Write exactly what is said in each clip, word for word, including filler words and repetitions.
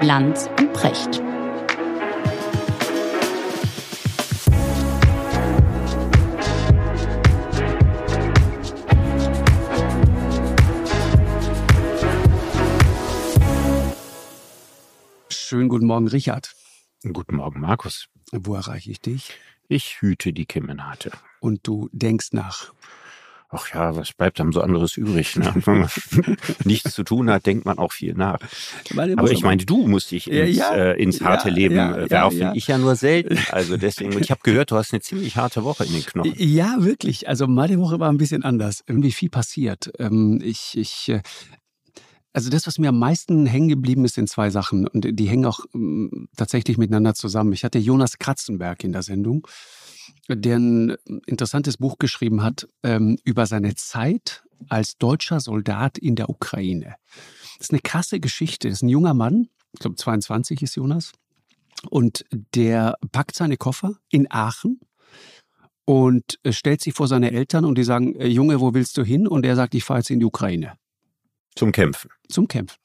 Lanz und Precht. Schönen guten Morgen, Richard. Guten Morgen, Markus. Wo erreiche ich dich? Ich hüte die Kemenate. Und du denkst nach? Ach ja, was bleibt einem so anderes übrig? Ne? Wenn man nichts zu tun hat, denkt man auch viel nach. Meine aber ich meine, du musst dich ins, ja, äh, ins harte ja, Leben ja, werfen. ja, ja. Ich ja nur selten. Also deswegen, und ich habe gehört, du hast eine ziemlich harte Woche in den Knochen. Ja, wirklich. Also meine Woche war ein bisschen anders. Irgendwie viel passiert. Ähm, ich, ich, äh, also das, was mir am meisten hängen geblieben ist, sind zwei Sachen. Und die hängen auch ähm, tatsächlich miteinander zusammen. Ich hatte Jonas Kratzenberg in der Sendung, der ein interessantes Buch geschrieben hat ähm, über seine Zeit als deutscher Soldat in der Ukraine. Das ist eine krasse Geschichte. Das ist ein junger Mann, ich glaube zweiundzwanzig ist Jonas, und der packt seine Koffer in Aachen und stellt sich vor seine Eltern und die sagen, Junge, wo willst du hin? Und er sagt, ich fahre jetzt in die Ukraine. Zum Kämpfen. Zum Kämpfen.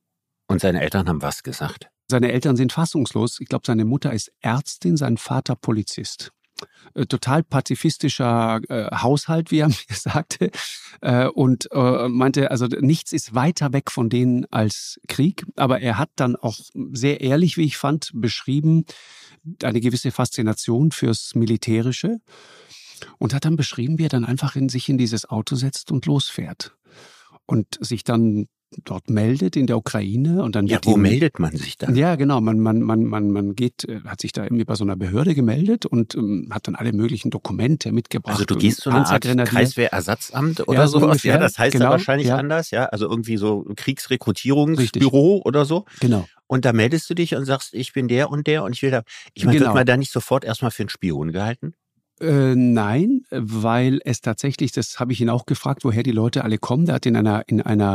Und seine Eltern haben was gesagt? Seine Eltern sind fassungslos. Ich glaube, seine Mutter ist Ärztin, sein Vater Polizist. Äh, total pazifistischer äh, Haushalt, wie er mir sagte. Äh, und äh, meinte, also nichts ist weiter weg von denen als Krieg. Aber er hat dann auch sehr ehrlich, wie ich fand, beschrieben, eine gewisse Faszination fürs Militärische. Und hat dann beschrieben, wie er dann einfach in sich in dieses Auto setzt und losfährt. Und sich dann dort meldet in der Ukraine. Und dann ja, wo ihm, meldet man sich dann? Ja, genau. Man, man, man, man, man geht, hat sich da irgendwie bei so einer Behörde gemeldet und ähm, hat dann alle möglichen Dokumente mitgebracht. Also du gehst zu einer Art Kreiswehrersatzamt oder ja, so sowas? ungefähr. Ja, das heißt genau, ja wahrscheinlich ja. anders, ja? Also irgendwie so Kriegsrekrutierungsbüro Richtig. oder so. Genau. Und da meldest du dich und sagst, ich bin der und der und ich will da. Ich meine, genau. wird man da nicht sofort erstmal für einen Spion gehalten? Äh, nein, weil es tatsächlich, das habe ich ihn auch gefragt, woher die Leute alle kommen. Der hat in einer, in einer,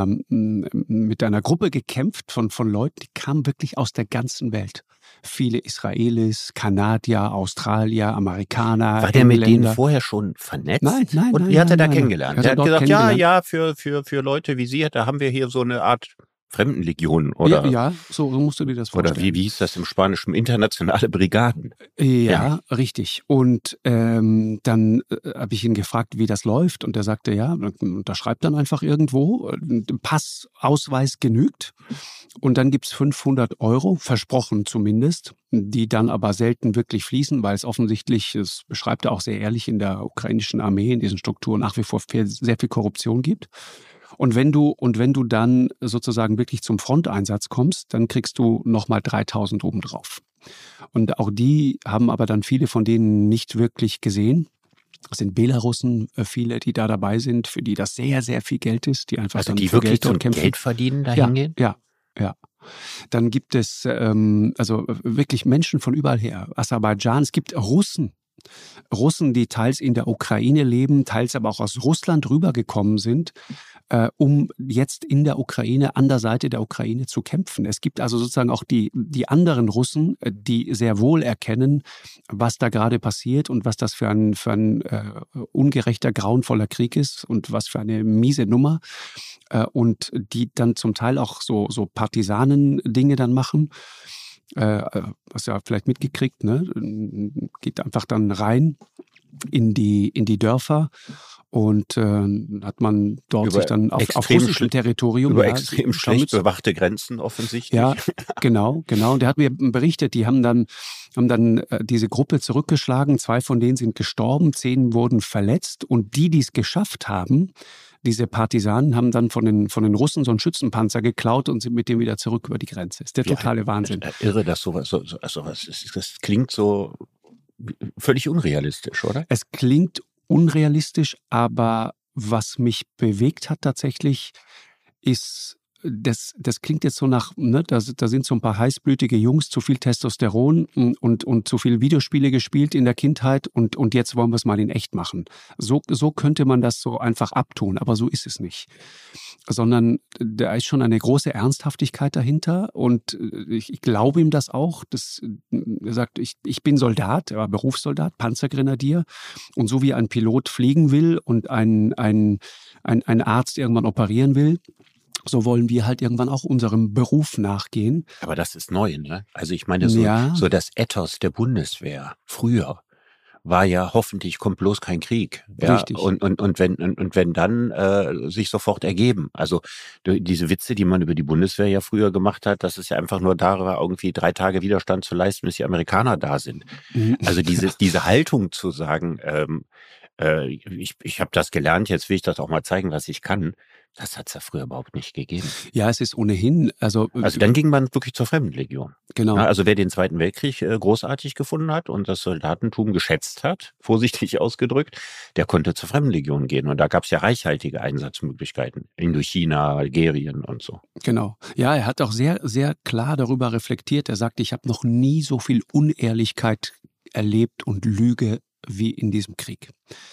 mit einer Gruppe gekämpft von, von Leuten, die kamen wirklich aus der ganzen Welt. Viele Israelis, Kanadier, Australier, Amerikaner, War der Engländer. mit denen vorher schon vernetzt? Nein, nein, Und nein. wie hat er nein, da nein, kennengelernt? Hat Der er hat gesagt, ja, kennengelernt? ja, für, für, für Leute wie Sie, da haben wir hier so eine Art Fremdenlegionen, oder? Ja, ja, so, so musst du dir das vorstellen. Oder wie, wie hieß das im Spanischen? Internationale Brigaden. Ja, Ja. richtig. Und ähm, dann äh, habe ich ihn gefragt, wie das läuft. Und er sagte, ja, unterschreibt dann einfach irgendwo. Pass, Ausweis genügt. Und dann gibt's fünfhundert Euro, versprochen zumindest, die dann aber selten wirklich fließen, weil es offensichtlich, das beschreibt er auch sehr ehrlich, in der ukrainischen Armee, in diesen Strukturen nach wie vor viel, sehr viel Korruption gibt. Und wenn du, und wenn du dann sozusagen wirklich zum Fronteinsatz kommst, dann kriegst du nochmal dreitausend obendrauf. Und auch die haben aber dann viele von denen nicht wirklich gesehen. Es sind Belarussen, viele, die da dabei sind, für die das sehr, sehr viel Geld ist, die einfach Also dann die für wirklich Geld dort zum kämpfen. Geld verdienen da Ja, hingehen? ja, ja. Dann gibt es ähm, also wirklich Menschen von überall her. Aserbaidschan, es gibt Russen. Russen, die teils in der Ukraine leben, teils aber auch aus Russland rübergekommen sind, äh, um jetzt in der Ukraine, an der Seite der Ukraine zu kämpfen. Es gibt also sozusagen auch die, die anderen Russen, die sehr wohl erkennen, was da gerade passiert und was das für ein, für ein äh, ungerechter, grauenvoller Krieg ist und was für eine miese Nummer. Äh, und die dann zum Teil auch so, so Partisanen-Dinge dann machen. Äh, hast du ja vielleicht mitgekriegt, ne? Geht einfach dann rein in die, in die Dörfer und äh, hat man dort Über sich dann auf, auf extrem russischem schl- Territorium. Über ja, extrem damit- schlecht bewachte Grenzen offensichtlich. Ja, genau, genau. Und der hat mir berichtet, die haben dann, haben dann äh, diese Gruppe zurückgeschlagen. Zwei von denen sind gestorben, zehn wurden verletzt. Und die, die es geschafft haben, diese Partisanen, haben dann von den, von den Russen so einen Schützenpanzer geklaut und sind mit dem wieder zurück über die Grenze. Das ist der totale Ja, Wahnsinn. äh, Irre, dass sowas, so, so, also was ist, das klingt so völlig unrealistisch, oder? Es klingt unrealistisch, aber was mich bewegt hat tatsächlich, ist, das, das klingt jetzt so nach, ne, da, da sind so ein paar heißblütige Jungs, zu viel Testosteron und, und zu viel Videospiele gespielt in der Kindheit und, und jetzt wollen wir es mal in echt machen. So, so könnte man das so einfach abtun, aber so ist es nicht. Sondern da ist schon eine große Ernsthaftigkeit dahinter und ich, ich glaube ihm das auch. Das, er sagt, ich, ich bin Soldat, er war Berufssoldat, Panzergrenadier und so wie ein Pilot fliegen will und ein, ein, ein, ein Arzt irgendwann operieren will, so wollen wir halt irgendwann auch unserem Beruf nachgehen. Aber das ist neu, ne? Also ich meine, so, Ja. so das Ethos der Bundeswehr früher war ja hoffentlich kommt bloß kein Krieg. Ja, Richtig. und, und, und wenn, und, und wenn dann äh, sich sofort ergeben. Also d- diese Witze, die man über die Bundeswehr ja früher gemacht hat, das ist ja einfach nur darüber, irgendwie drei Tage Widerstand zu leisten, bis die Amerikaner da sind. Mhm. Also diese, diese Haltung zu sagen, ähm, äh, ich, ich habe das gelernt, jetzt will ich das auch mal zeigen, was ich kann, das hat es ja früher überhaupt nicht gegeben. Ja, es ist ohnehin, also, Also dann ging man wirklich zur Fremdenlegion. genau. Ja, also wer den Zweiten Weltkrieg äh, großartig gefunden hat und das Soldatentum geschätzt hat, vorsichtig ausgedrückt, der konnte zur Fremdenlegion gehen. Und da gab es ja reichhaltige Einsatzmöglichkeiten. Indochina, Algerien und so. Genau. Ja, er hat auch sehr, sehr klar darüber reflektiert. Er sagte, ich habe noch nie so viel Unehrlichkeit erlebt und Lüge wie in diesem Krieg.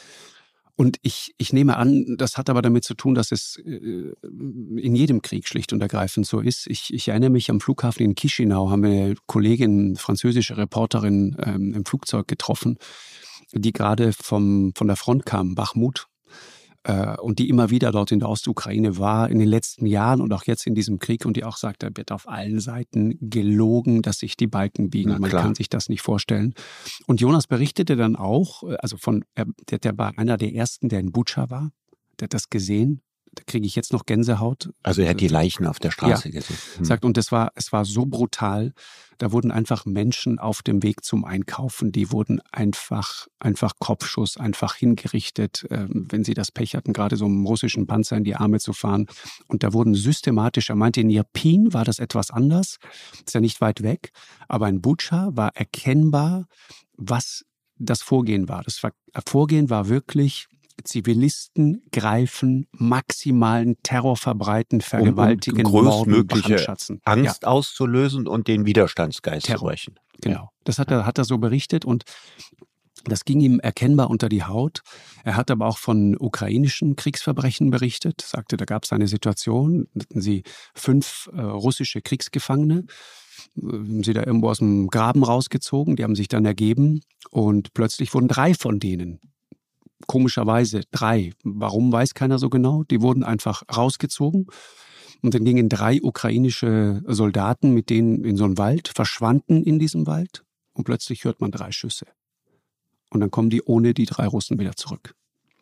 Und ich, ich nehme an, das hat aber damit zu tun, dass es äh, in jedem Krieg schlicht und ergreifend so ist. Ich, ich erinnere mich, am Flughafen in Chisinau haben wir eine Kollegin, französische Reporterin, ähm, im Flugzeug getroffen, die gerade vom, von der Front kam, Bachmut, äh, und die immer wieder dort in der Ostukraine war, in den letzten Jahren und auch jetzt in diesem Krieg, und die auch sagt, da wird auf allen Seiten gelogen, dass sich die Balken biegen. Na Man klar. kann sich das nicht vorstellen. Und Jonas berichtete dann auch, äh, also von, er, der, der war einer der ersten, der in Butscha war, der hat das gesehen. Da kriege ich jetzt noch Gänsehaut. Also er hat die Leichen auf der Straße gesehen. Hm. Sagt, und das war, es war so brutal. Da wurden einfach Menschen auf dem Weg zum Einkaufen, die wurden einfach, einfach Kopfschuss, einfach hingerichtet, äh, wenn sie das Pech hatten, gerade so einem russischen Panzer in die Arme zu fahren. Und da wurden systematisch, er meinte, in Irpin war das etwas anders, ist ja nicht weit weg, aber in Butscha war erkennbar, was das Vorgehen war. Das Vorgehen war wirklich, Zivilisten greifen, maximalen Terror verbreiten, vergewaltigen, um, um morden, größtmögliche brandschatzen. Angst Ja. auszulösen und den Widerstandsgeist Terror. zu brechen. Genau. Das hat er, hat er so berichtet, und das ging ihm erkennbar unter die Haut. Er hat aber auch von ukrainischen Kriegsverbrechen berichtet, sagte, da gab es eine Situation, da hatten sie fünf äh, russische Kriegsgefangene, haben sie da irgendwo aus dem Graben rausgezogen, die haben sich dann ergeben, und plötzlich wurden drei von denen, komischerweise drei, warum weiß keiner so genau, die wurden einfach rausgezogen. Und dann gingen drei ukrainische Soldaten mit denen in so einen Wald, verschwanden in diesem Wald, und plötzlich hört man drei Schüsse. Und dann kommen die ohne die drei Russen wieder zurück.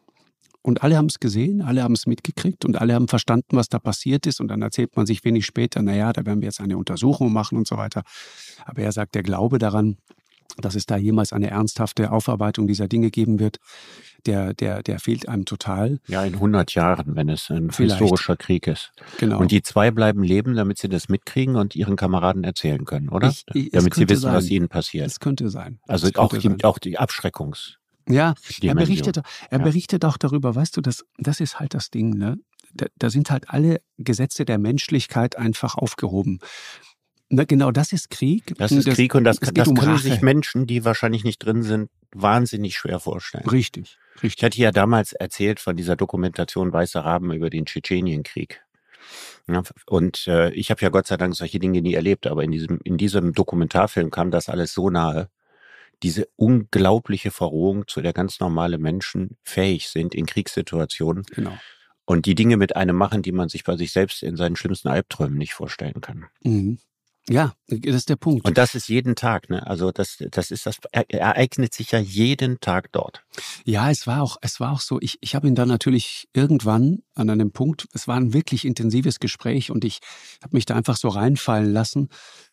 Und alle haben es gesehen, alle haben es mitgekriegt und alle haben verstanden, was da passiert ist. Und dann erzählt man sich wenig später, naja, da werden wir jetzt eine Untersuchung machen und so weiter. Aber er sagt, der Glaube daran, dass es da jemals eine ernsthafte Aufarbeitung dieser Dinge geben wird, der, der, der fehlt einem total. Ja, in hundert Jahren, wenn es ein Vielleicht. historischer Krieg ist. Genau. Und die zwei bleiben leben, damit sie das mitkriegen und ihren Kameraden erzählen können, oder? Ich- ich- es damit sie könnte wissen, was sein. ihnen passiert. Es könnte sein. Also Es auch könnte die, sein. auch die Abschreckungs. Ja, er Dimension. berichtet, er Ja. berichtet auch darüber, weißt du, das, das ist halt das Ding, ne? Da, da sind halt alle Gesetze der Menschlichkeit einfach aufgehoben. Ne, genau, das ist Krieg. Das ist Krieg und das, es kann- geht das um können Rache. sich Menschen, die wahrscheinlich nicht drin sind, wahnsinnig schwer vorstellen. Richtig, Ich richtig. hatte ja damals erzählt von dieser Dokumentation Weiße Raben über den Tschetschenienkrieg. Ja, und äh, ich habe ja Gott sei Dank solche Dinge nie erlebt, aber in diesem, in diesem Dokumentarfilm kam das alles so nahe. Diese unglaubliche Verrohung, zu der ganz normale Menschen fähig sind in Kriegssituationen Genau. und die Dinge mit einem machen, die man sich bei sich selbst in seinen schlimmsten Albträumen nicht vorstellen kann. Mhm. Ja, das ist der Punkt. Und das ist jeden Tag, ne? Also das, das ist das er, ereignet sich ja jeden Tag dort. Ja, es war auch, es war auch so, ich, ich habe ihn dann natürlich irgendwann an einem Punkt, es war ein wirklich intensives Gespräch und ich habe mich da einfach so reinfallen lassen.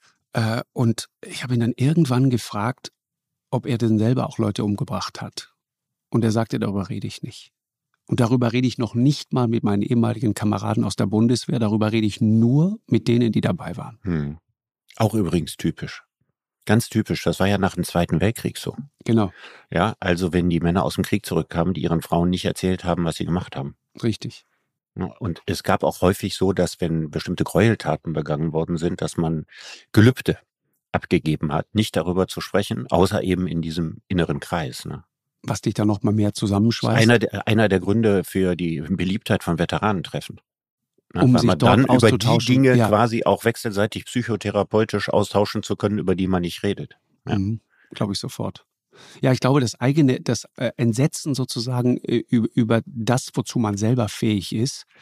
Äh, und ich habe ihn dann irgendwann gefragt, ob er denn selber auch Leute umgebracht hat. Und er sagte, darüber rede ich nicht. Und darüber rede ich noch nicht mal mit meinen ehemaligen Kameraden aus der Bundeswehr, darüber rede ich nur mit denen, die dabei waren. Hm. Auch übrigens typisch. Ganz typisch. Das war ja nach dem Zweiten Weltkrieg so. Genau, Ja, also wenn die Männer aus dem Krieg zurückkamen, die ihren Frauen nicht erzählt haben, was sie gemacht haben. richtig. Ja, und es gab auch häufig so, dass wenn bestimmte Gräueltaten begangen worden sind, dass man Gelübde abgegeben hat, nicht darüber zu sprechen, außer eben in diesem inneren Kreis. Ne? Was dich da noch mal mehr Das ist zusammenschweißt. einer, der, einer der Gründe für die Beliebtheit von Veteranentreffen. Ne? Um Weil sich man dort dann über die auszutauschen. Dinge Ja. quasi auch wechselseitig psychotherapeutisch austauschen zu können, über die man nicht redet. Ja. Mhm, glaube ich sofort. Ja, ich glaube, das eigene, das äh, Entsetzen sozusagen äh, über, über das, wozu man selber fähig ist,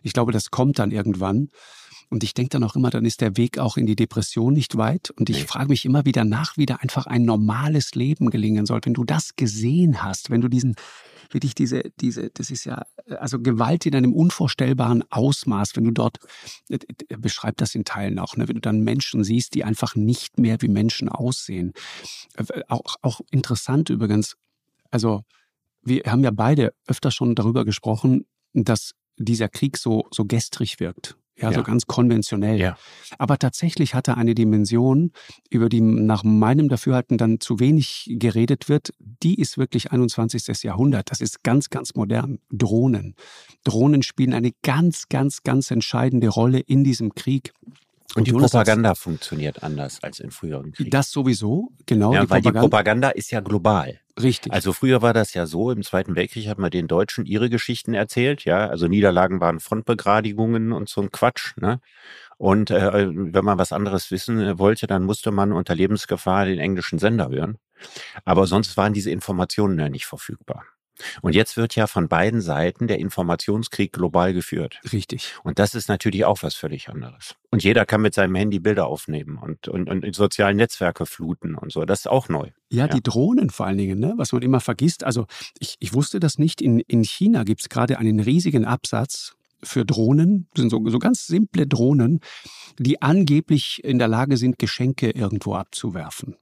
Ich glaube, das kommt dann irgendwann. Und ich denke dann auch immer, dann ist der Weg auch in die Depression nicht weit. Und ich Nee. frage mich immer wieder nach, wie da einfach ein normales Leben gelingen soll. Wenn du das gesehen hast, wenn du diesen, wirklich diese, diese, das ist ja, also Gewalt in einem unvorstellbaren Ausmaß, wenn du dort, er beschreibt das in Teilen auch, ne, wenn du dann Menschen siehst, die einfach nicht mehr wie Menschen aussehen. Auch, auch interessant übrigens, also wir haben ja beide öfter schon darüber gesprochen, dass dieser Krieg so, so gestrig wirkt. Ja, Ja. so ganz konventionell. Ja. Aber tatsächlich hat er eine Dimension, über die nach meinem Dafürhalten dann zu wenig geredet wird. Die ist wirklich einundzwanzigstes Jahrhundert. Das ist ganz, ganz modern. Drohnen. Drohnen spielen eine ganz, ganz, ganz entscheidende Rolle in diesem Krieg. Und die Jonas hat's- Propaganda funktioniert anders als in früheren Kriegen. Das sowieso, genau. Ja, die weil die Propaganda, Propaganda ist ja global. richtig. Also früher war das ja so, im Zweiten Weltkrieg hat man den Deutschen ihre Geschichten erzählt, ja, also Niederlagen waren Frontbegradigungen und so ein Quatsch, ne? Und äh, wenn man was anderes wissen wollte, dann musste man unter Lebensgefahr den englischen Sender hören. Aber sonst waren diese Informationen ja nicht verfügbar. Und jetzt wird ja von beiden Seiten der Informationskrieg global geführt. Richtig. Und das ist natürlich auch was völlig anderes. Und jeder kann mit seinem Handy Bilder aufnehmen und, und, und soziale Netzwerke fluten und so. Das ist auch neu. Ja, Ja. die Drohnen vor allen Dingen, ne? Was man immer vergisst. Also ich, ich wusste das nicht. In, in China gibt es gerade einen riesigen Absatz für Drohnen. Das sind so, so ganz simple Drohnen, die angeblich in der Lage sind, Geschenke irgendwo abzuwerfen.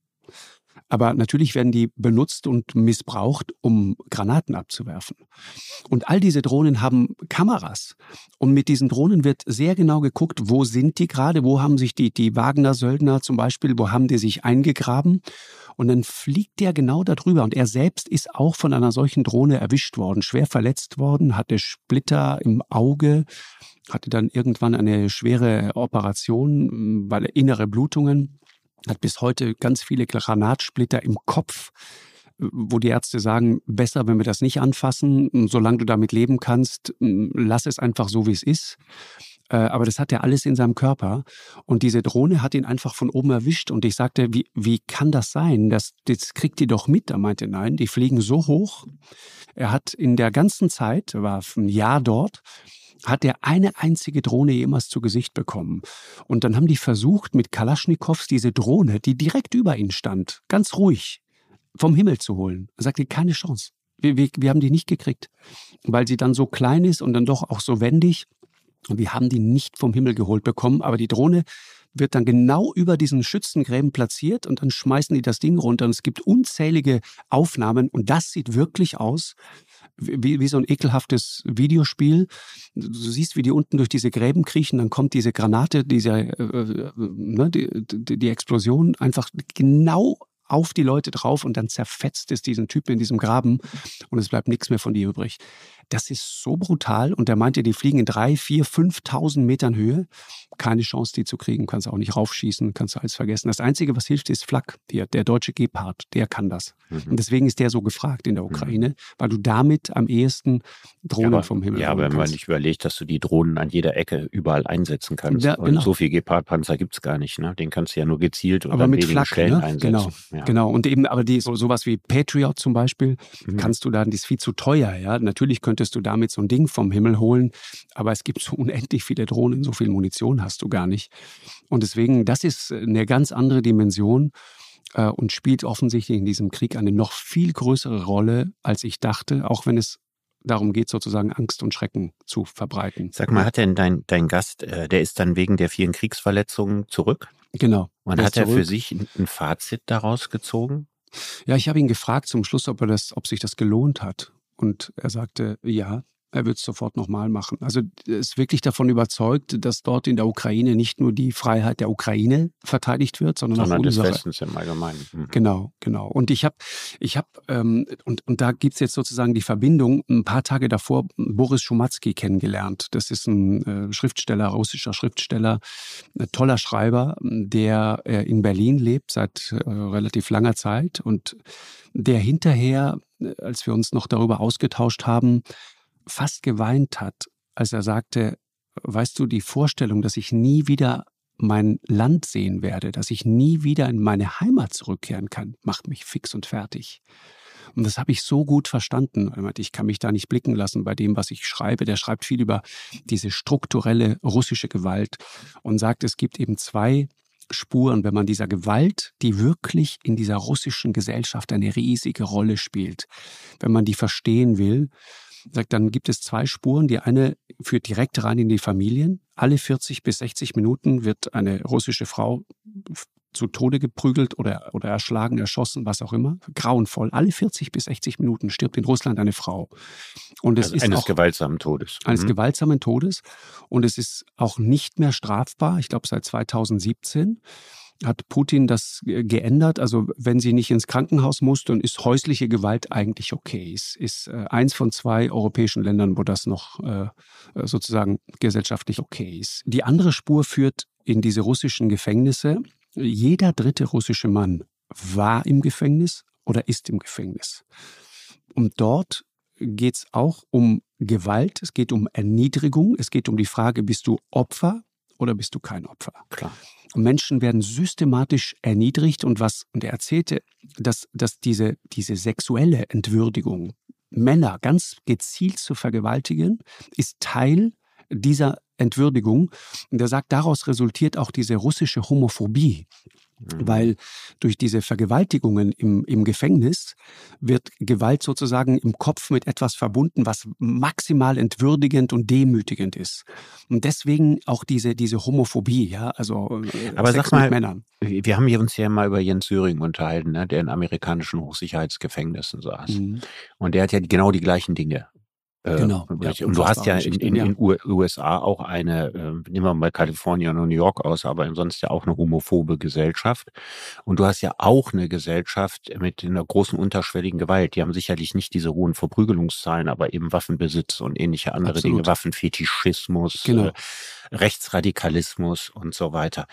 Aber natürlich werden die benutzt und missbraucht, um Granaten abzuwerfen. Und all diese Drohnen haben Kameras. Und mit diesen Drohnen wird sehr genau geguckt, wo sind die gerade, wo haben sich die, die Wagner-Söldner zum Beispiel, wo haben die sich eingegraben. Und dann fliegt der genau darüber. Und er selbst ist auch von einer solchen Drohne erwischt worden, schwer verletzt worden, hatte Splitter im Auge, hatte dann irgendwann eine schwere Operation, weil innere Blutungen. Hat bis heute ganz viele Granatsplitter im Kopf, wo die Ärzte sagen, besser, wenn wir das nicht anfassen, solange du damit leben kannst, lass es einfach so, wie es ist. Aber das hat er alles in seinem Körper. Und diese Drohne hat ihn einfach von oben erwischt. Und ich sagte, wie, wie kann das sein? Das, das kriegt die doch mit. Er meinte, nein, die fliegen so hoch. Er hat in der ganzen Zeit, er war ein Jahr dort, hat er eine einzige Drohne jemals zu Gesicht bekommen. Und dann haben die versucht, mit Kalaschnikows diese Drohne, die direkt über ihn stand, ganz ruhig, vom Himmel zu holen. Er sagte, keine Chance. Wir, wir, wir haben die nicht gekriegt, weil sie dann so klein ist und dann doch auch so wendig. Und wir haben die nicht vom Himmel geholt bekommen. Aber die Drohne wird dann genau über diesen Schützengräben platziert und dann schmeißen die das Ding runter. Und es gibt unzählige Aufnahmen und das sieht wirklich aus wie, wie so ein ekelhaftes Videospiel. Du siehst, wie die unten durch diese Gräben kriechen, dann kommt diese Granate, diese, äh, ne, die, die, die Explosion einfach genau auf die Leute drauf und dann zerfetzt es diesen Typen in diesem Graben und es bleibt nichts mehr von dir übrig. Das ist so brutal und der meinte, die fliegen in drei, vier, fünftausend Metern Höhe. Keine Chance, die zu kriegen. Kannst auch nicht raufschießen, kannst du alles vergessen. Das Einzige, was hilft, ist Flak, der, der deutsche Gepard, der kann das. Mhm. Und deswegen ist der so gefragt in der Ukraine, mhm. weil du damit am ehesten Drohnen ja, aber, vom Himmel Ja, aber wenn man nicht überlegt, dass du die Drohnen an jeder Ecke überall einsetzen kannst. Ja, genau. Und so viel Gepard-Panzer gibt es gar nicht. Ne? Den kannst du ja nur gezielt oder an wenigen Stellen ne? einsetzen. Genau, ja. genau. Und eben, aber die, so, sowas wie Patriot zum Beispiel, mhm. kannst du dann, die ist viel zu teuer. Ja? Natürlich könntest du damit so ein Ding vom Himmel holen, aber es gibt so unendlich viele Drohnen, so viel Munition hast du gar nicht. Und deswegen, das ist eine ganz andere Dimension äh, und spielt offensichtlich in diesem Krieg eine noch viel größere Rolle, als ich dachte, auch wenn es darum geht, sozusagen Angst und Schrecken zu verbreiten. Sag mal, hat denn dein, dein Gast, äh, der ist dann wegen der vielen Kriegsverletzungen zurück? Genau. Und hat er für sich ein, ein Fazit daraus gezogen? Ja, ich habe ihn gefragt zum Schluss, ob er das, ob sich das gelohnt hat. Und er sagte, ja, er wird es sofort nochmal machen. Also er ist wirklich davon überzeugt, dass dort in der Ukraine nicht nur die Freiheit der Ukraine verteidigt wird, sondern, sondern auch des unsere. Westens im Allgemeinen. Mhm. Genau, genau. Und ich habe, ich habe, ähm, und, und da gibt's jetzt sozusagen die Verbindung, ein paar Tage davor Boris Schumatzki kennengelernt. Das ist ein äh, Schriftsteller, russischer Schriftsteller, ein toller Schreiber, der äh, in Berlin lebt seit äh, relativ langer Zeit und der hinterher, als wir uns noch darüber ausgetauscht haben, fast geweint hat, als er sagte, weißt du, die Vorstellung, dass ich nie wieder mein Land sehen werde, dass ich nie wieder in meine Heimat zurückkehren kann, macht mich fix und fertig. Und das habe ich so gut verstanden. Ich kann mich da nicht blicken lassen bei dem, was ich schreibe. Der schreibt viel über diese strukturelle russische Gewalt und sagt, es gibt eben zwei Spuren, wenn man dieser Gewalt, die wirklich in dieser russischen Gesellschaft eine riesige Rolle spielt, wenn man die verstehen will, sagt, dann gibt es zwei Spuren. Die eine führt direkt rein in die Familien. Alle vierzig bis sechzig Minuten wird eine russische Frau zu Tode geprügelt oder, oder erschlagen, erschossen, was auch immer. Grauenvoll. Alle vierzig bis sechzig Minuten stirbt in Russland eine Frau. Und es also ist eines auch gewaltsamen Todes. eines Mhm. gewaltsamen Todes. Und es ist auch nicht mehr strafbar. Ich glaube, seit zweitausendsiebzehn hat Putin das geändert. Also wenn sie nicht ins Krankenhaus muss, dann ist häusliche Gewalt eigentlich okay. Es ist äh, eins von zwei europäischen Ländern, wo das noch äh, sozusagen gesellschaftlich okay ist. Die andere Spur führt in diese russischen Gefängnisse. Jeder dritte russische Mann war im Gefängnis oder ist im Gefängnis. Und dort geht es auch um Gewalt, es geht um Erniedrigung, es geht um die Frage, bist du Opfer oder bist du kein Opfer? Klar. Und Menschen werden systematisch erniedrigt und was, und er erzählte, dass, dass diese, diese sexuelle Entwürdigung, Männer ganz gezielt zu vergewaltigen, ist Teil dieser Entwürdigung. Und er sagt, daraus resultiert auch diese russische Homophobie. Mhm. Weil durch diese Vergewaltigungen im, im Gefängnis wird Gewalt sozusagen im Kopf mit etwas verbunden, was maximal entwürdigend und demütigend ist. Und deswegen auch diese, diese Homophobie, ja, also äh, Aber Sex sag mal, mit Männern. Wir haben hier uns ja mal über Jens Söring unterhalten, ne, der in amerikanischen Hochsicherheitsgefängnissen saß. Mhm. Und der hat ja genau die gleichen Dinge. Genau. Äh, ja, und du hast ja in den ja. U S A auch eine, äh, nehmen wir mal Kalifornien und New York aus, aber sonst ja auch eine homophobe Gesellschaft. Und du hast ja auch eine Gesellschaft mit einer großen unterschwelligen Gewalt. Die haben sicherlich nicht diese hohen Verprügelungszahlen, aber eben Waffenbesitz und ähnliche andere Absolut. Dinge, Waffenfetischismus, genau. äh, Rechtsradikalismus und so weiter.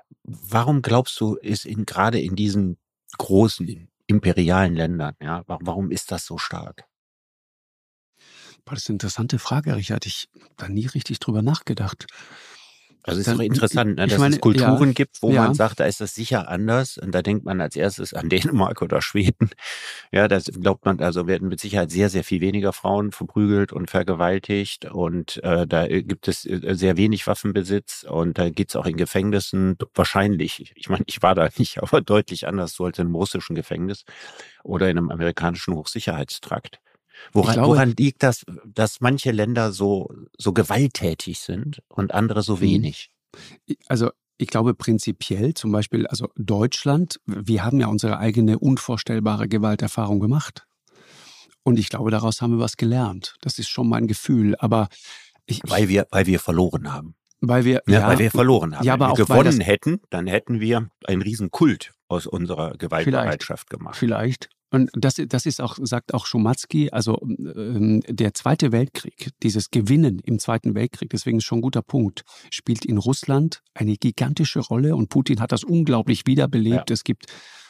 Warum glaubst du, ist in, gerade in diesen großen imperialen Ländern, ja, warum ist das so stark? Das ist eine interessante Frage, Richard. Ich habe da nie richtig drüber nachgedacht. Also es ist doch interessant, ne, dass meine, es Kulturen ja, gibt, wo ja. man sagt, da ist das sicher anders. Und da denkt man als erstes an Dänemark oder Schweden. Ja, da glaubt man, also werden mit Sicherheit sehr, sehr viel weniger Frauen verprügelt und vergewaltigt. Und äh, da gibt es sehr wenig Waffenbesitz. Und da geht's auch in Gefängnissen wahrscheinlich, ich meine, ich war da nicht, aber deutlich anders so als in einem russischen Gefängnis oder in einem amerikanischen Hochsicherheitstrakt. Woran, glaube, woran liegt das, dass manche Länder so, so gewalttätig sind und andere so wenig? Also ich glaube prinzipiell, zum Beispiel, also Deutschland, wir haben ja unsere eigene unvorstellbare Gewalterfahrung gemacht. Und ich glaube, daraus haben wir was gelernt. Das ist schon mein Gefühl. Aber ich, weil wir, weil wir verloren haben. Weil wir, ja, ja, weil wir verloren haben. Ja, aber Wenn auch, wir gewonnen hätten, dann hätten wir einen riesen Kult aus unserer Gewaltbereitschaft vielleicht, gemacht. Vielleicht. Und das, das ist auch, sagt auch Schumatzki, also ähm, der Zweite Weltkrieg, dieses Gewinnen im Zweiten Weltkrieg, deswegen ist schon ein guter Punkt, spielt in Russland eine gigantische Rolle und Putin hat das unglaublich wiederbelebt. Ja. Es gibt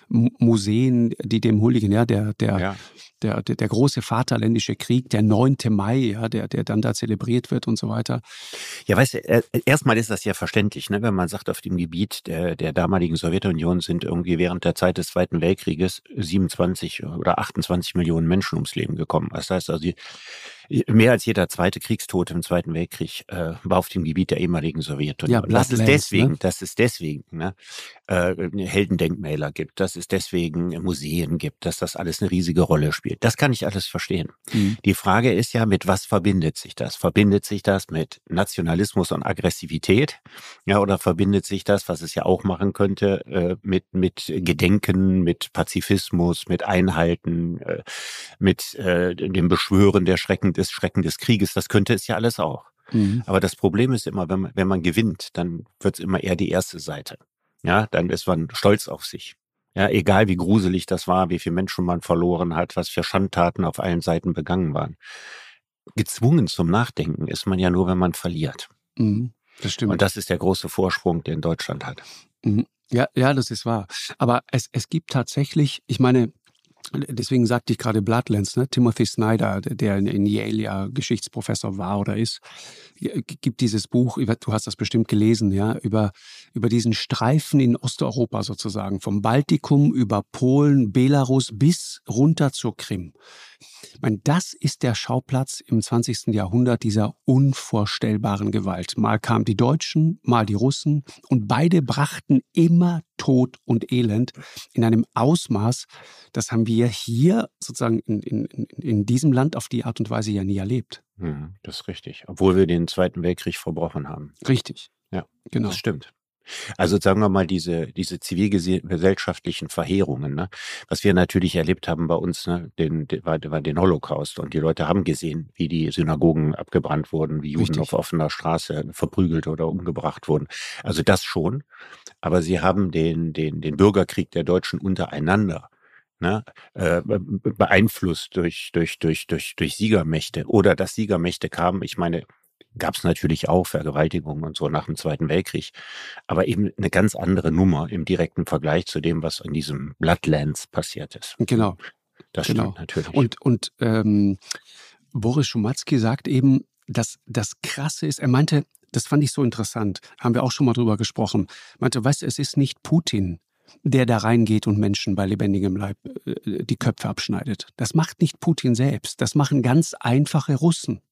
Museen, die dem huldigen, ja, der, der, ja. der, der, der große Vaterländische Krieg, der neunte Mai, ja, der, der dann da zelebriert wird und so weiter. Ja, weißt du, erstmal ist das ja verständlich, ne, wenn man sagt, auf dem Gebiet der, der damaligen Sowjetunion sind irgendwie während der Zeit des Zweiten Weltkrieges siebenundzwanzig oder achtundzwanzig Millionen Menschen ums Leben gekommen. Das heißt also, die, mehr als jeder zweite Kriegstote im Zweiten Weltkrieg äh, war auf dem Gebiet der ehemaligen Sowjetunion. Ja, das ist deswegen, ne? das ist deswegen, ne, äh, Heldendenkmäler gibt, dass es deswegen Museen gibt, dass das alles eine riesige Rolle spielt. Das kann ich alles verstehen. Mhm. Die Frage ist ja, mit was verbindet sich das? Verbindet sich das mit Nationalismus und Aggressivität? Ja, oder verbindet sich das, was es ja auch machen könnte, äh, mit mit Gedenken, mit Pazifismus, mit Einhalten, äh, mit äh, dem Beschwören der Schrecken des Schrecken des Krieges? Das könnte es ja alles auch. Mhm. Aber das Problem ist immer, wenn man, wenn man gewinnt, dann wird es immer eher die erste Seite. Ja, dann ist man stolz auf sich. Ja, egal wie gruselig das war, wie viele Menschen man verloren hat, was für Schandtaten auf allen Seiten begangen waren. Gezwungen zum Nachdenken ist man ja nur, wenn man verliert. Mhm, das stimmt. Und das ist der große Vorsprung, den Deutschland hat. Mhm. Ja, ja, das ist wahr. Aber es, es gibt tatsächlich, ich meine, Deswegen sagte ich gerade Bloodlands, ne? Timothy Snyder, der in Yale ja Geschichtsprofessor war oder ist, gibt dieses Buch, du hast das bestimmt gelesen, ja, über, über diesen Streifen in Osteuropa sozusagen, vom Baltikum über Polen, Belarus bis runter zur Krim. Ich meine, das ist der Schauplatz im zwanzigsten Jahrhundert dieser unvorstellbaren Gewalt. Mal kamen die Deutschen, mal die Russen und beide brachten immer Tod und Elend in einem Ausmaß, das haben wir hier sozusagen in, in, in diesem Land auf die Art und Weise ja nie erlebt. Hm, das ist richtig. Obwohl wir den Zweiten Weltkrieg verbrochen haben. Richtig. Ja, genau. Das stimmt. Also sagen wir mal, diese, diese zivilgesellschaftlichen Verheerungen, ne, was wir natürlich erlebt haben bei uns, ne, den, den, war, war den Holocaust. Und die Leute haben gesehen, wie die Synagogen abgebrannt wurden, wie Juden Richtig. auf offener Straße verprügelt oder umgebracht wurden. Also das schon. Aber sie haben den, den, den Bürgerkrieg der Deutschen untereinander, ne, äh, beeinflusst durch, durch, durch, durch, durch Siegermächte. Oder dass Siegermächte kamen, ich meine, gab es natürlich auch Vergewaltigungen und so nach dem Zweiten Weltkrieg, aber eben eine ganz andere Nummer im direkten Vergleich zu dem, was in diesem Bloodlands passiert ist. Genau. Das genau. stimmt natürlich. Und, und ähm, Boris Schumatzki sagt eben, dass das Krasse ist, er meinte, das fand ich so interessant, haben wir auch schon mal drüber gesprochen, meinte, weißt du, es ist nicht Putin, der da reingeht und Menschen bei lebendigem Leib äh, die Köpfe abschneidet. Das macht nicht Putin selbst, das machen ganz einfache Russen.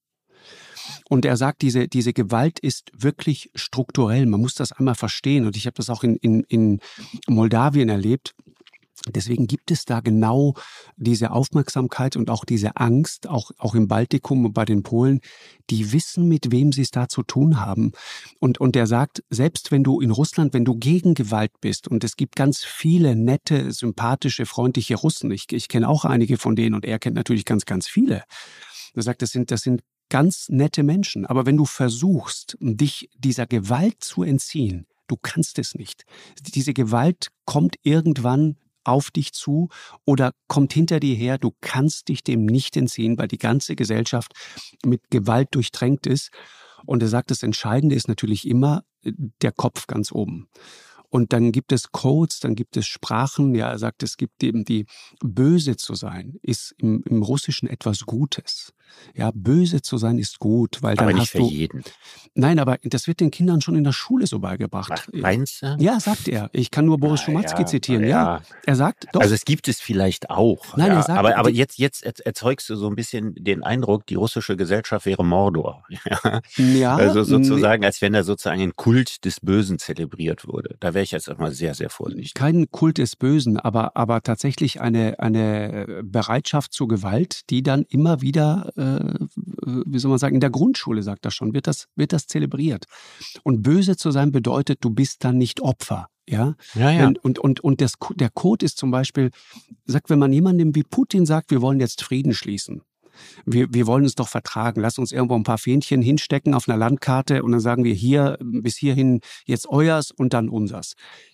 Und er sagt, diese, diese Gewalt ist wirklich strukturell. Man muss das einmal verstehen. Und ich habe das auch in, in, in Moldawien erlebt. Deswegen gibt es da genau diese Aufmerksamkeit und auch diese Angst, auch, auch im Baltikum und bei den Polen. Die wissen, mit wem sie es da zu tun haben. Und, und er sagt, selbst wenn du in Russland, wenn du gegen Gewalt bist, und es gibt ganz viele nette, sympathische, freundliche Russen. Ich, ich kenne auch einige von denen und er kennt natürlich ganz, ganz viele. Er sagt, das sind, das sind ganz nette Menschen. Aber wenn du versuchst, dich dieser Gewalt zu entziehen, du kannst es nicht. Diese Gewalt kommt irgendwann auf dich zu oder kommt hinter dir her. Du kannst dich dem nicht entziehen, weil die ganze Gesellschaft mit Gewalt durchtränkt ist. Und er sagt, das Entscheidende ist natürlich immer der Kopf ganz oben. Und dann gibt es Codes, dann gibt es Sprachen. Ja, er sagt, es gibt eben die, böse zu sein, ist im, im Russischen etwas Gutes. Ja, böse zu sein ist gut, weil dann aber nicht hast für du, jeden. Nein, aber das wird den Kindern schon in der Schule so beigebracht. Ach, meinst du? Ja, sagt er. Ich kann nur Boris Na Schumatzki ja, zitieren. na Ja. ja. Er sagt, doch. Also es gibt es vielleicht auch. Nein, ja. er sagt, aber aber die- jetzt, jetzt erz- erzeugst du so ein bisschen den Eindruck, die russische Gesellschaft wäre Mordor. Ja. ja, Also sozusagen, als wenn da sozusagen ein Kult des Bösen zelebriert wurde. Da wäre ich jetzt erstmal sehr, sehr vorsichtig. kein Kult des Bösen, aber, aber tatsächlich eine, eine Bereitschaft zur Gewalt, die dann immer wieder, äh, wie soll man sagen, in der Grundschule, sagt er schon, wird das, wird das zelebriert. Und böse zu sein bedeutet, du bist dann nicht Opfer. Ja, Ja, ja. Wenn, und, und, und das, der Code ist zum Beispiel, sagt, wenn man jemandem wie Putin sagt, wir wollen jetzt Frieden schließen, wir, wir wollen uns doch vertragen, lass uns irgendwo ein paar Fähnchen hinstecken auf einer Landkarte und dann sagen wir hier, bis hierhin jetzt euers und dann unsers.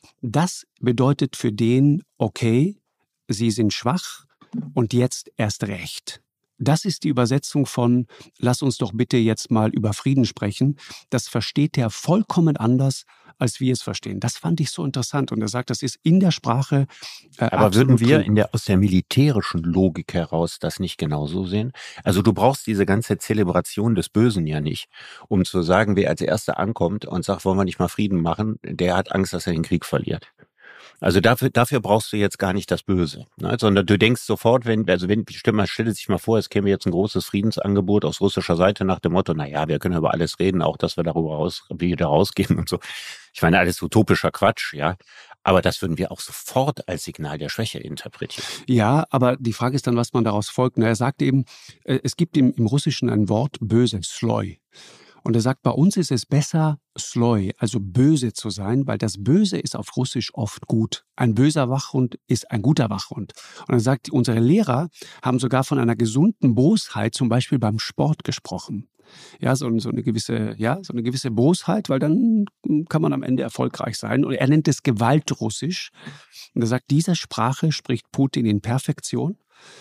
Das bedeutet für den, okay, sie sind schwach und jetzt erst recht. Das ist die Übersetzung von, lass uns doch bitte jetzt mal über Frieden sprechen. Das versteht er vollkommen anders, als wir es verstehen. Das fand ich so interessant. Und er sagt, das ist in der Sprache äh, Aber würden absolut wir drin. in der, aus der militärischen Logik heraus das nicht genauso sehen? Also du brauchst diese ganze Zelebration des Bösen ja nicht, um zu sagen, wer als Erster ankommt und sagt, wollen wir nicht mal Frieden machen, der hat Angst, dass er den Krieg verliert. Also dafür, dafür brauchst du jetzt gar nicht das Böse, ne? Sondern du denkst sofort, wenn, also wenn, stell mal, stell dich mal vor, es käme jetzt ein großes Friedensangebot aus russischer Seite nach dem Motto, na ja, wir können über alles reden, auch dass wir darüber raus, wieder rausgehen und so. Ich meine, alles utopischer Quatsch, ja. Aber das würden wir auch sofort als Signal der Schwäche interpretieren. Ja, aber die Frage ist dann, was man daraus folgt. Er sagt eben, äh, es gibt im, im Russischen ein Wort, böse, sloi. Und er sagt, bei uns ist es besser, sloi, also böse zu sein, weil das Böse ist auf Russisch oft gut. Ein böser Wachhund ist ein guter Wachhund. Und er sagt, unsere Lehrer haben sogar von einer gesunden Bosheit zum Beispiel beim Sport gesprochen. Ja, so, so eine gewisse, ja, so eine gewisse Bosheit, weil dann kann man am Ende erfolgreich sein. Und er nennt es Gewaltrussisch. Und er sagt, diese Sprache spricht Putin in Perfektion.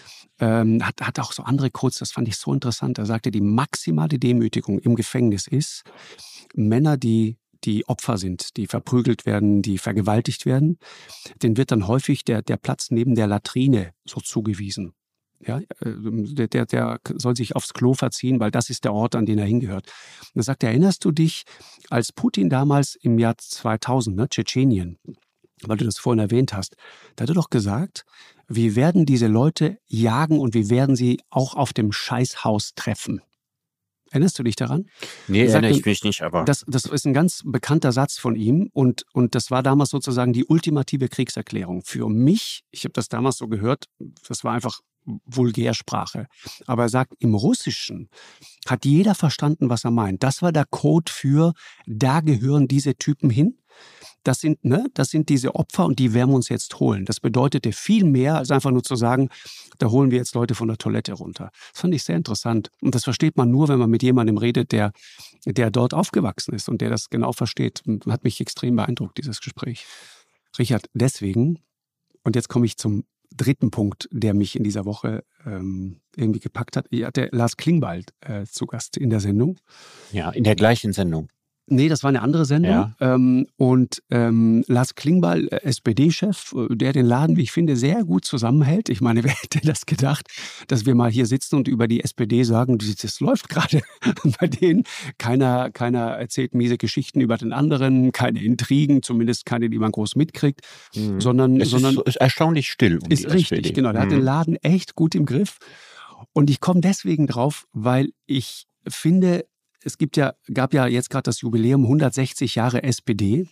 Ähm, hat, hat auch so andere Codes, das fand ich so interessant. Er sagte, die maximale Demütigung im Gefängnis ist, Männer, die die Opfer sind, die verprügelt werden, die vergewaltigt werden, denen wird dann häufig der, der Platz neben der Latrine so zugewiesen. Ja, der, der, der soll sich aufs Klo verziehen, weil das ist der Ort, an den er hingehört. Und er sagt, erinnerst du dich, als Putin damals im Jahr zweitausend, ne, Tschetschenien, weil du das vorhin erwähnt hast, da hat er doch gesagt, wir werden diese Leute jagen und wir werden sie auch auf dem Scheißhaus treffen. Erinnerst du dich daran? Nee, erinnere ich mich nicht, aber... Das, das ist ein ganz bekannter Satz von ihm und, und das war damals sozusagen die ultimative Kriegserklärung. Für mich, ich habe das damals so gehört, das war einfach Vulgärsprache. Aber er sagt, im Russischen hat jeder verstanden, was er meint. Das war der Code für, da gehören diese Typen hin. Das sind, ne, das sind diese Opfer und die werden wir uns jetzt holen. Das bedeutete viel mehr, als einfach nur zu sagen, da holen wir jetzt Leute von der Toilette runter. Das fand ich sehr interessant. Und das versteht man nur, wenn man mit jemandem redet, der, der dort aufgewachsen ist und der das genau versteht. Und hat mich extrem beeindruckt, dieses Gespräch. Richard, deswegen, und jetzt komme ich zum dritten Punkt, der mich in dieser Woche ähm, irgendwie gepackt hat. Ich hatte Lars Klingbeil äh, zu Gast in der Sendung. Ja, in der gleichen Sendung. Nee, das war eine andere Sendung. Ja. Ähm, und ähm, Lars Klingbeil, S P D-Chef, der den Laden, wie ich finde, sehr gut zusammenhält. Ich meine, wer hätte das gedacht, dass wir mal hier sitzen und über die S P D sagen, das läuft gerade bei denen. Keiner, keiner erzählt miese Geschichten über den anderen, keine Intrigen, zumindest keine, die man groß mitkriegt. Mhm. Sondern, es sondern ist, ist erstaunlich still um ist die richtig, S P D. Genau. Der Mhm. hat den Laden echt gut im Griff. Und ich komme deswegen drauf, weil ich finde, es gibt ja, gab ja jetzt gerade das Jubiläum hundertsechzig Jahre S P D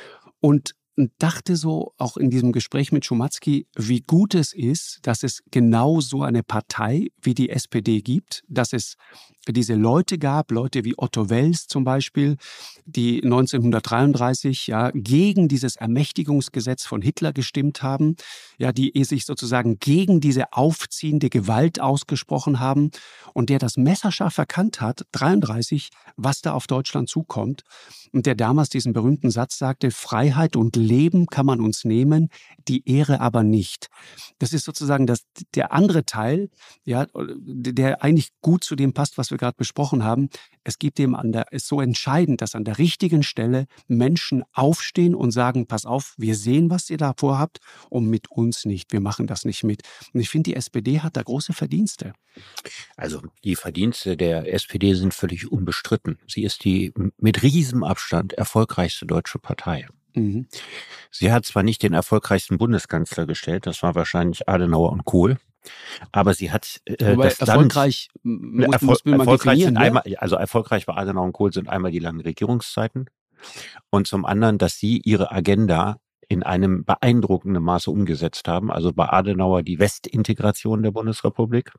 und dachte so auch in diesem Gespräch mit Schumatzki, wie gut es ist, dass es genau so eine Partei wie die S P D gibt, dass es diese Leute gab, Leute wie Otto Wels zum Beispiel, die neunzehnhundertdreiunddreißig ja gegen dieses Ermächtigungsgesetz von Hitler gestimmt haben, ja, die sich sozusagen gegen diese aufziehende Gewalt ausgesprochen haben und der das messerscharf erkannt hat, dreiunddreißig, was da auf Deutschland zukommt und der damals diesen berühmten Satz sagte, Freiheit und Leben kann man uns nehmen, die Ehre aber nicht. Das ist sozusagen das, der andere Teil, ja, der eigentlich gut zu dem passt, was wir gerade besprochen haben. Es gibt eben an der, ist so entscheidend, dass an der richtigen Stelle Menschen aufstehen und sagen, pass auf, wir sehen, was ihr da vorhabt und mit uns nicht. Wir machen das nicht mit. Und ich finde, die S P D hat da große Verdienste. Also die Verdienste der S P D sind völlig unbestritten. Sie ist die mit riesem Abstand erfolgreichste deutsche Partei. Mhm. Sie hat zwar nicht den erfolgreichsten Bundeskanzler gestellt, das war wahrscheinlich Adenauer und Kohl, aber sie hat äh, Wobei das erfolgreich, Land, muss, Erfol muss man erfolgreich sind ne? einmal, also erfolgreich bei Adenauer und Kohl sind einmal die langen Regierungszeiten und zum anderen, dass sie ihre Agenda in einem beeindruckenden Maße umgesetzt haben. Also bei Adenauer die Westintegration der Bundesrepublik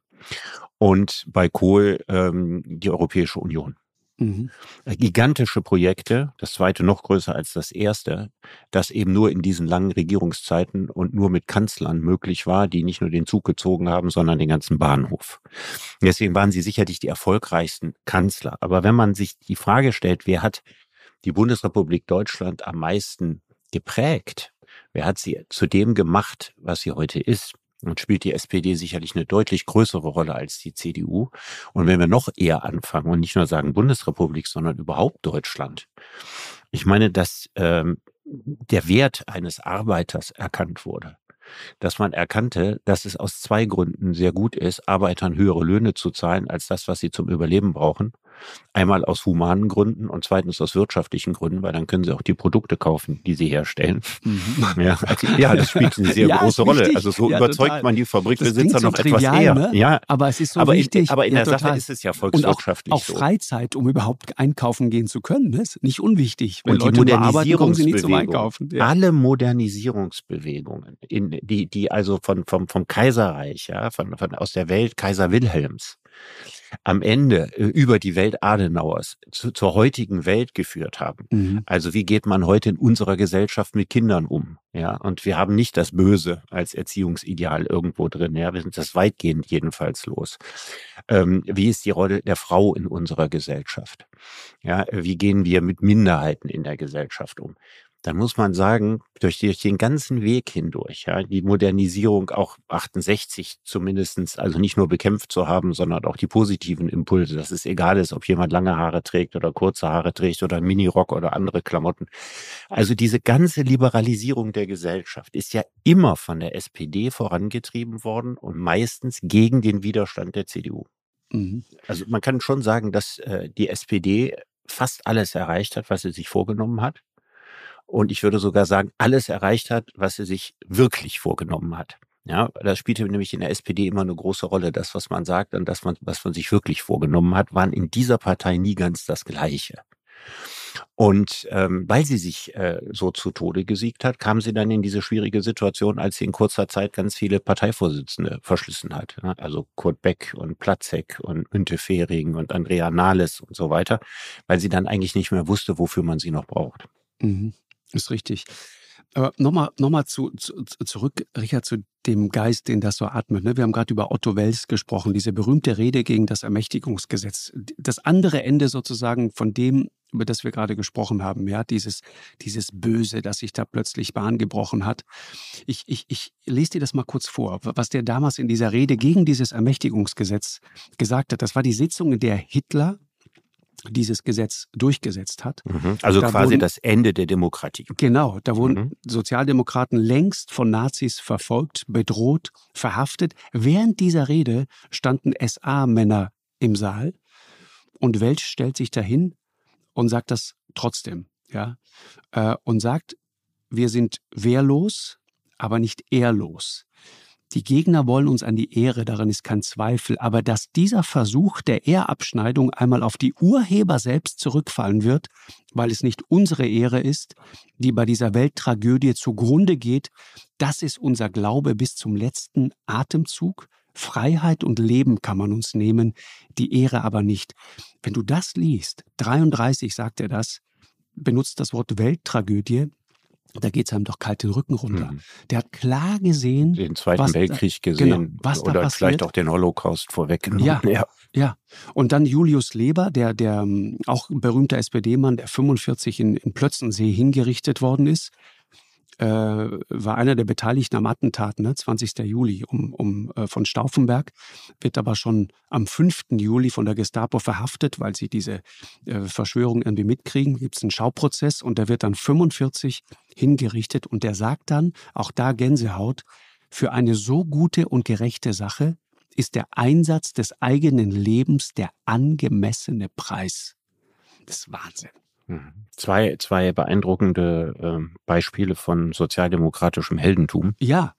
und bei Kohl ähm, die Europäische Union. Mhm. Gigantische Projekte, das zweite noch größer als das erste, das eben nur in diesen langen Regierungszeiten und nur mit Kanzlern möglich war, die nicht nur den Zug gezogen haben, sondern den ganzen Bahnhof. Deswegen waren sie sicherlich die erfolgreichsten Kanzler. Aber wenn man sich die Frage stellt, wer hat die Bundesrepublik Deutschland am meisten geprägt, wer hat sie zu dem gemacht, was sie heute ist, und spielt die S P D sicherlich eine deutlich größere Rolle als die C D U. Und wenn wir noch eher anfangen und nicht nur sagen Bundesrepublik, sondern überhaupt Deutschland. Ich meine, dass ähm, der Wert eines Arbeiters erkannt wurde. Dass man erkannte, dass es aus zwei Gründen sehr gut ist, Arbeitern höhere Löhne zu zahlen als das, was sie zum Überleben brauchen. Einmal aus humanen Gründen und zweitens aus wirtschaftlichen Gründen, weil dann können sie auch die Produkte kaufen, die sie herstellen. Mhm. Ja, also, ja, das spielt eine sehr ja, große Rolle. Also so ja, überzeugt total. Man die Fabrikbesitzer noch so etwas trivial, eher. Ne? Ja, aber es ist so aber wichtig. In, aber in ja, der total. Sache ist es ja volkswirtschaftlich und auch, auch Freizeit, um überhaupt einkaufen gehen zu können, ne? Ist nicht unwichtig. Wenn und Leute die arbeiten, kommen sie nicht zum Einkaufen. Ja. Alle Modernisierungsbewegungen, in, die, die also von, vom, vom Kaiserreich, ja, von, von aus der Welt Kaiser Wilhelms, am Ende äh, über die Welt Adenauers zu, zur heutigen Welt geführt haben. Mhm. Also wie geht man heute in unserer Gesellschaft mit Kindern um? Ja, und wir haben nicht das Böse als Erziehungsideal irgendwo drin. Ja, wir sind das weitgehend jedenfalls los. Ähm, wie ist die Rolle der Frau in unserer Gesellschaft? Ja, wie gehen wir mit Minderheiten in der Gesellschaft um? dann muss man sagen, durch, die, durch den ganzen Weg hindurch, ja, die Modernisierung auch achtundsechzig zumindestens, also nicht nur bekämpft zu haben, sondern auch die positiven Impulse, dass es egal ist, ob jemand lange Haare trägt oder kurze Haare trägt oder einen Minirock oder andere Klamotten. Also diese ganze Liberalisierung der Gesellschaft ist ja immer von der S P D vorangetrieben worden und meistens gegen den Widerstand der C D U. Mhm. Also man kann schon sagen, dass äh, die S P D fast alles erreicht hat, was sie sich vorgenommen hat. Und ich würde sogar sagen, alles erreicht hat, was sie sich wirklich vorgenommen hat. Ja, das spielte nämlich in der S P D immer eine große Rolle. Das, was man sagt und das, was man sich wirklich vorgenommen hat, waren in dieser Partei nie ganz das Gleiche. Und ähm, weil sie sich äh, so zu Tode gesiegt hat, kam sie dann in diese schwierige Situation, als sie in kurzer Zeit ganz viele Parteivorsitzende verschlissen hat. Ja? Also Kurt Beck und Platzek und Müntefering und Andrea Nahles und so weiter, weil sie dann eigentlich nicht mehr wusste, wofür man sie noch braucht. Mhm. Ist richtig. Aber nochmal noch mal zu, zu, zurück, Richard, zu dem Geist, den das so atmet. Ne? Wir haben gerade über Otto Wels gesprochen, diese berühmte Rede gegen das Ermächtigungsgesetz. Das andere Ende sozusagen von dem, über das wir gerade gesprochen haben, ja, dieses, dieses Böse, das sich da plötzlich Bahn gebrochen hat. Ich, ich, ich lese dir das mal kurz vor, was der damals in dieser Rede gegen dieses Ermächtigungsgesetz gesagt hat. Das war die Sitzung, in der Hitler dieses Gesetz durchgesetzt hat. Mhm. Also da quasi wurden, das Ende der Demokratie. Genau, da wurden Mhm. Sozialdemokraten längst von Nazis verfolgt, bedroht, verhaftet. Während dieser Rede standen S A-Männer im Saal und Welsch stellt sich dahin und sagt das trotzdem, ja, äh, und sagt, wir sind wehrlos, aber nicht ehrlos. Die Gegner wollen uns an die Ehre, daran ist kein Zweifel. Aber dass dieser Versuch der Ehrabschneidung einmal auf die Urheber selbst zurückfallen wird, weil es nicht unsere Ehre ist, die bei dieser Welttragödie zugrunde geht, das ist unser Glaube bis zum letzten Atemzug. Freiheit und Leben kann man uns nehmen, die Ehre aber nicht. Wenn du das liest, dreiunddreißig sagt er das, benutzt das Wort Welttragödie, da geht es einem doch kalt den Rücken runter. Mhm. Der hat klar gesehen, Den Zweiten was Weltkrieg da, gesehen genau, was da oder passiert. vielleicht auch den Holocaust vorweggenommen. Ja, ja. ja. Und dann Julius Leber, der, der auch ein berühmter S P D-Mann, der fünfundvierzig in, in Plötzensee hingerichtet worden ist, äh, war einer der Beteiligten am Attentat, ne, zwanzigsten Juli um, um, äh, von Stauffenberg, wird aber schon am fünften Juli von der Gestapo verhaftet, weil sie diese äh, Verschwörung irgendwie mitkriegen. Gibt es einen Schauprozess und der wird dann fünfundvierzig hingerichtet und der sagt dann, auch da Gänsehaut, für eine so gute und gerechte Sache ist der Einsatz des eigenen Lebens der angemessene Preis. Das ist Wahnsinn. Zwei, zwei beeindruckende äh, Beispiele von sozialdemokratischem Heldentum. Ja.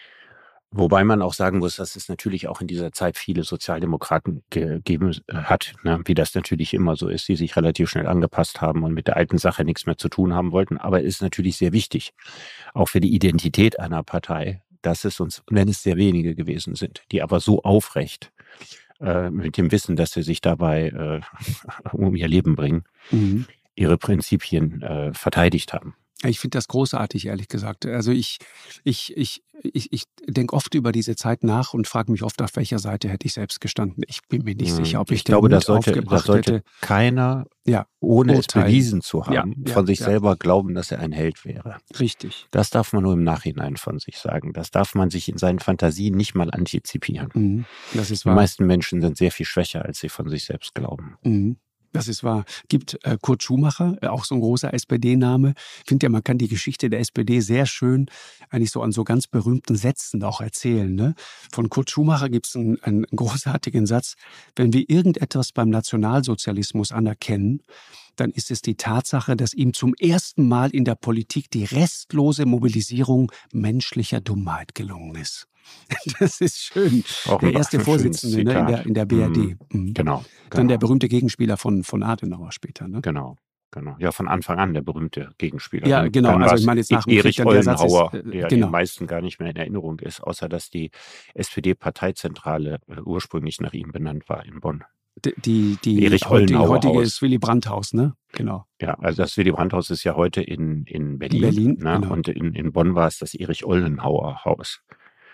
Wobei man auch sagen muss, dass es natürlich auch in dieser Zeit viele Sozialdemokraten gegeben hat, ne? Wie das natürlich immer so ist, die sich relativ schnell angepasst haben und mit der alten Sache nichts mehr zu tun haben wollten. Aber es ist natürlich sehr wichtig, auch für die Identität einer Partei, dass es uns, wenn es sehr wenige gewesen sind, die aber so aufrecht äh, mit dem Wissen, dass sie sich dabei äh, um ihr Leben bringen, mhm. ihre Prinzipien äh, verteidigt haben. Ich finde das großartig, ehrlich gesagt. Also ich, ich, ich, ich, ich denke oft über diese Zeit nach und frage mich oft, auf welcher Seite hätte ich selbst gestanden. Ich bin mir nicht hm, sicher, ob ich, ich den glaube, Mut das sollte, aufgebracht das sollte hätte. Keiner, ja, ohne urteilen. es bewiesen zu haben, ja, von ja, sich ja. selber glauben, dass er ein Held wäre. Richtig. Das darf man nur im Nachhinein von sich sagen. Das darf man sich in seinen Fantasien nicht mal antizipieren. Mhm. Das ist Die wahr. meisten Menschen sind sehr viel schwächer, als sie von sich selbst glauben. Mhm. Das ist wahr. Gibt äh, Kurt Schumacher, äh, auch so ein großer S P D-Name. Ich finde ja, man kann die Geschichte der S P D sehr schön eigentlich so an so ganz berühmten Sätzen auch erzählen. Ne? Von Kurt Schumacher gibt es einen, einen großartigen Satz. Wenn wir irgendetwas beim Nationalsozialismus anerkennen, dann ist es die Tatsache, dass ihm zum ersten Mal in der Politik die restlose Mobilisierung menschlicher Dummheit gelungen ist. Das ist schön. Auch der erste Vorsitzende ne, in, der, in der B R D. Mhm. Genau, genau. Dann der berühmte Gegenspieler von, von Adenauer später. Ne? Genau. Genau. Ja, von Anfang an der berühmte Gegenspieler. Ja, genau. Dann also ich meine jetzt nach dem Erich Krieg, Ollenhauer, der, ist, äh, der genau. den meisten gar nicht mehr in Erinnerung ist, außer dass die S P D-Parteizentrale äh, ursprünglich nach ihm benannt war in Bonn. Die, die, die Erich heutige, Ollenhauer heutige Haus. ist Willy Brandt-Haus, ne? Genau. Ja, also das Willy Brandt-Haus ist ja heute in, in Berlin. In Berlin, ne? genau. Und in, in Bonn war es das Erich Ollenhauer Haus.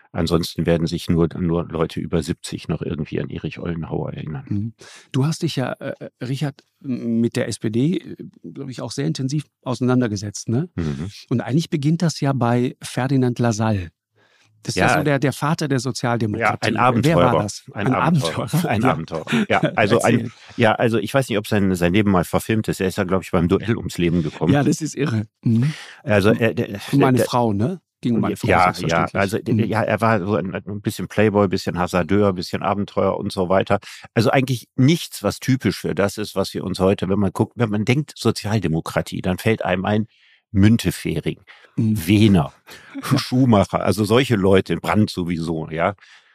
Ansonsten werden sich nur, nur Leute über siebzig noch irgendwie an Erich Ollenhauer erinnern. Du hast dich ja, äh, Richard, mit der S P D, glaube ich, auch sehr intensiv auseinandergesetzt, ne? Mhm. Und eigentlich beginnt das ja bei Ferdinand Lassalle. Das ist ja, ja so der, der Vater der Sozialdemokratie. Ja, ein Abenteurer. Wer war das? Ein, ein Abenteurer. Abenteurer. Ein ja. Abenteurer. Ja, also ein, ja, also ich weiß nicht, ob sein, sein Leben mal verfilmt ist. Er ist ja, glaube ich, beim Duell ums Leben gekommen. Ja, das ist irre. Mhm. Also er, der, um meine der, Frau, ne? Ging um meine Frau. Ja, ja, also mhm. ja, er war so ein, ein bisschen Playboy, ein bisschen Hasardeur, ein bisschen Abenteuer und so weiter. Also eigentlich nichts, was typisch für das ist, was wir uns heute, wenn man guckt, wenn man denkt Sozialdemokratie, dann fällt einem ein, Müntefering, mhm. Wehner, Schumacher, also solche Leute, Brandt sowieso, ja.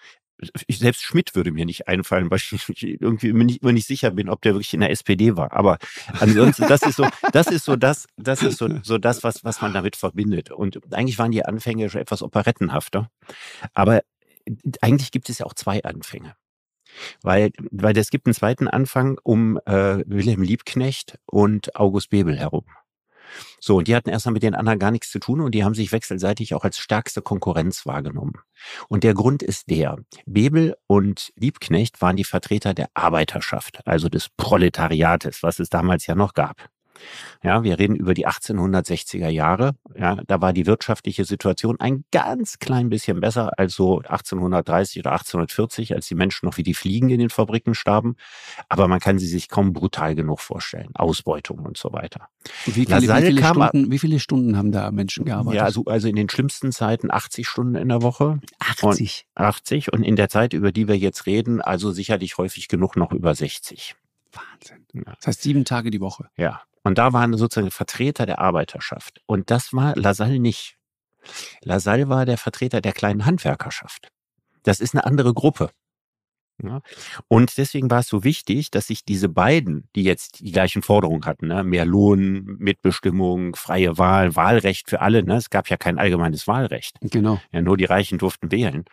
Ich, selbst Schmidt würde mir nicht einfallen, weil ich irgendwie immer nicht, immer nicht sicher bin, ob der wirklich in der S P D war. Aber ansonsten, das ist so, das ist so das, das ist so, so das, was, was man damit verbindet. Und eigentlich waren die Anfänge schon etwas operettenhafter. Aber eigentlich gibt es ja auch zwei Anfänge. Weil, weil es gibt einen zweiten Anfang um äh, Wilhelm Liebknecht und August Bebel herum. So, und die hatten erstmal mit den anderen gar nichts zu tun und die haben sich wechselseitig auch als stärkste Konkurrenz wahrgenommen. Und der Grund ist der, Bebel und Liebknecht waren die Vertreter der Arbeiterschaft, also des Proletariates, was es damals ja noch gab. Ja, wir reden über die achtzehnhundertsechziger Jahre. Ja, da war die wirtschaftliche Situation ein ganz klein bisschen besser als so achtzehnhundertdreißig oder achtzehnhundertvierzig, als die Menschen noch wie die Fliegen in den Fabriken starben. Aber man kann sie sich kaum brutal genug vorstellen. Ausbeutung und so weiter. Wie viele, wie viele, kam, Stunden, wie viele Stunden haben da Menschen gearbeitet? Ja, also, also in den schlimmsten Zeiten achtzig Stunden in der Woche. achtzig? Und achtzig. Und in der Zeit, über die wir jetzt reden, also sicherlich häufig genug noch über sechzig. Wahnsinn. Ja. Das heißt sieben Tage die Woche. Ja. Und da waren sozusagen Vertreter der Arbeiterschaft. Und das war Lassalle nicht. Lassalle war der Vertreter der kleinen Handwerkerschaft. Das ist eine andere Gruppe. Ja. Und deswegen war es so wichtig, dass sich diese beiden, die jetzt die gleichen Forderungen hatten, ne, mehr Lohn, Mitbestimmung, freie Wahl, Wahlrecht für alle, ne, es gab ja kein allgemeines Wahlrecht. Genau. Ja, nur die Reichen durften wählen.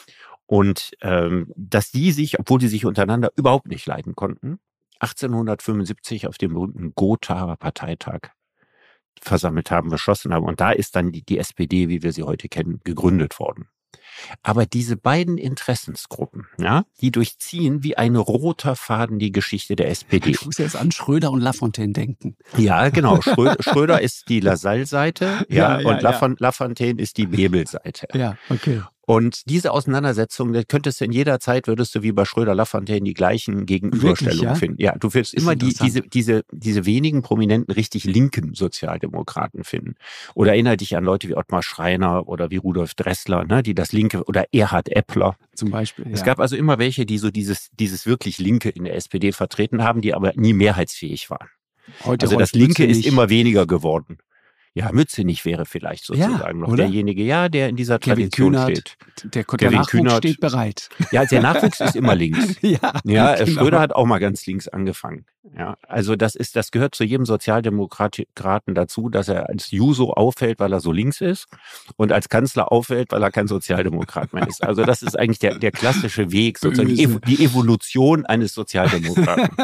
Und ähm, dass die sich, obwohl die sich untereinander überhaupt nicht leiden konnten, achtzehnhundertfünfundsiebzig auf dem berühmten Gothaer Parteitag versammelt haben, beschlossen haben. Und da ist dann die, die S P D, wie wir sie heute kennen, gegründet worden. Aber diese beiden Interessensgruppen, ja, die durchziehen wie ein roter Faden die Geschichte der S P D. Ich muss jetzt an Schröder und Lafontaine denken. Ja, genau. Schröder, Schröder ist die Lassalle-Seite, ja, ja, ja, und ja. Lafontaine ist die Bebel-Seite. Ja, okay. Und diese Auseinandersetzung, da könntest du in jeder Zeit, würdest du wie bei Schröder-Lafontaine die gleichen Gegenüberstellungen Wirklich, ja? finden. Ja, du wirst immer die, diese, diese, diese wenigen prominenten, richtig linken Sozialdemokraten finden. Oder erinnere dich an Leute wie Ottmar Schreiner oder wie Rudolf Dressler, ne, die das Linke, oder Erhard Eppler. Zum Beispiel. Es ja. gab also immer welche, die so dieses, dieses wirklich Linke in der S P D vertreten haben, die aber nie mehrheitsfähig waren. Heute also das Linke ist immer weniger geworden. Ja, Mützenich wäre vielleicht sozusagen ja, noch oder? derjenige, ja, der in dieser Kevin Tradition Kühnert, steht. Der, der Nachwuchs Kühnert. steht bereit. Ja, der Nachwuchs ist immer links. ja, ja genau. Schröder hat auch mal ganz links angefangen. Ja, also das ist, das gehört zu jedem Sozialdemokraten dazu, dass er als Juso auffällt, weil er so links ist, und als Kanzler auffällt, weil er kein Sozialdemokrat mehr ist. Also das ist eigentlich der, der klassische Weg, sozusagen die, die Evolution eines Sozialdemokraten.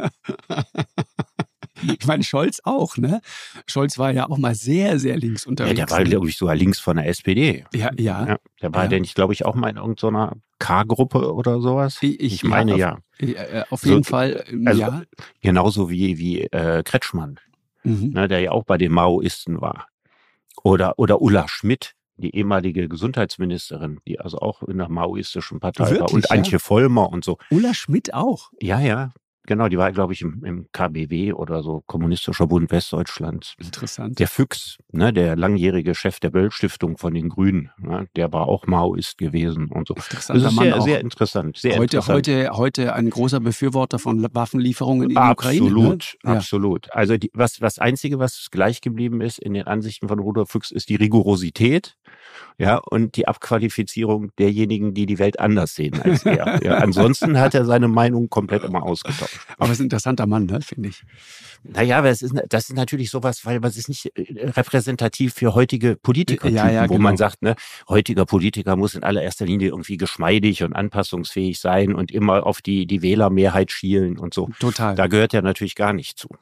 Ich meine, Scholz auch, ne? Scholz war ja auch mal sehr, sehr links unterwegs. Ja, der war, glaube ich, sogar links von der S P D. Ja, ja. ja der war, ja. denn ich glaube ich, auch mal in irgendeiner K-Gruppe oder sowas. Ich, ich meine, ja. Auf, ja. Auf jeden so, Fall, also, ja. Genauso wie, wie äh, Kretschmann, mhm. ne, der ja auch bei den Maoisten war. Oder, oder Ulla Schmidt, die ehemalige Gesundheitsministerin, die also auch in der maoistischen Partei Wirklich, war. Und ja? Antje Vollmer und so. Ulla Schmidt auch? Ja, ja. Genau, die war, glaube ich, im, im K B W oder so, Kommunistischer Bund Westdeutschlands. Interessant. Der Füchs, ne, der langjährige Chef der Böll-Stiftung von den Grünen, ne, der war auch Maoist gewesen und so. Interessanter das ist Mann sehr, auch. sehr interessant. Sehr heute, interessant. Heute, heute ein großer Befürworter von Waffenlieferungen in die Ukraine. Absolut, ne? absolut. Ja. Also die, was, was Einzige, was gleich geblieben ist in den Ansichten von Rudolf Füchs, ist die Rigorosität. Ja, und die Abqualifizierung derjenigen, die die Welt anders sehen als er. Ja, ansonsten hat er seine Meinung komplett immer ausgetauscht. Aber es ist ein interessanter Mann, ne, finde ich. Naja, aber es ist, das ist natürlich sowas, weil es ist nicht repräsentativ für heutige Politiker, ja, ja, wo genau. man sagt, ne, heutiger Politiker muss in allererster Linie irgendwie geschmeidig und anpassungsfähig sein und immer auf die, die Wählermehrheit schielen und so. Total. Da gehört er natürlich gar nicht zu.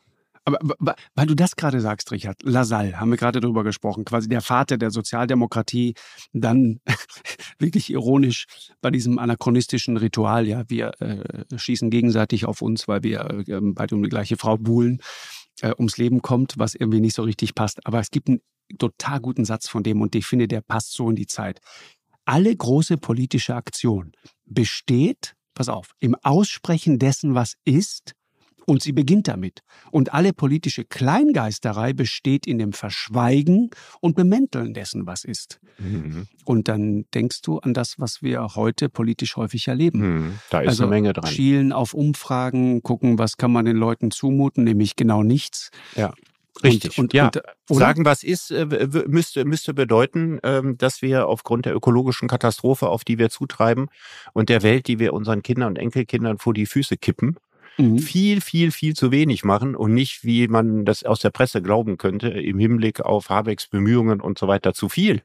Aber weil du das gerade sagst, Richard, Lassalle, haben wir gerade drüber gesprochen, quasi der Vater der Sozialdemokratie, dann wirklich ironisch bei diesem anachronistischen Ritual, ja, wir äh, schießen gegenseitig auf uns, weil wir äh, beide um die gleiche Frau buhlen, äh, ums Leben kommt, was irgendwie nicht so richtig passt. Aber es gibt einen total guten Satz von dem und ich finde, der passt so in die Zeit. Alle große politische Aktion besteht, pass auf, im Aussprechen dessen, was ist, und sie beginnt damit. Und alle politische Kleingeisterei besteht in dem Verschweigen und Bemänteln dessen, was ist. Mhm. Und dann denkst du an das, was wir heute politisch häufig erleben. Mhm. Da ist also eine Menge dran. Schielen auf Umfragen, gucken, was kann man den Leuten zumuten, nämlich genau nichts. Ja. Richtig. Und, und, ja. und, Sagen, was ist, äh, müsste, müsste bedeuten, ähm, dass wir aufgrund der ökologischen Katastrophe, auf die wir zutreiben und der Welt, die wir unseren Kindern und Enkelkindern vor die Füße kippen, Mhm. viel, viel, viel zu wenig machen und nicht, wie man das aus der Presse glauben könnte, im Hinblick auf Habecks Bemühungen und so weiter, zu viel.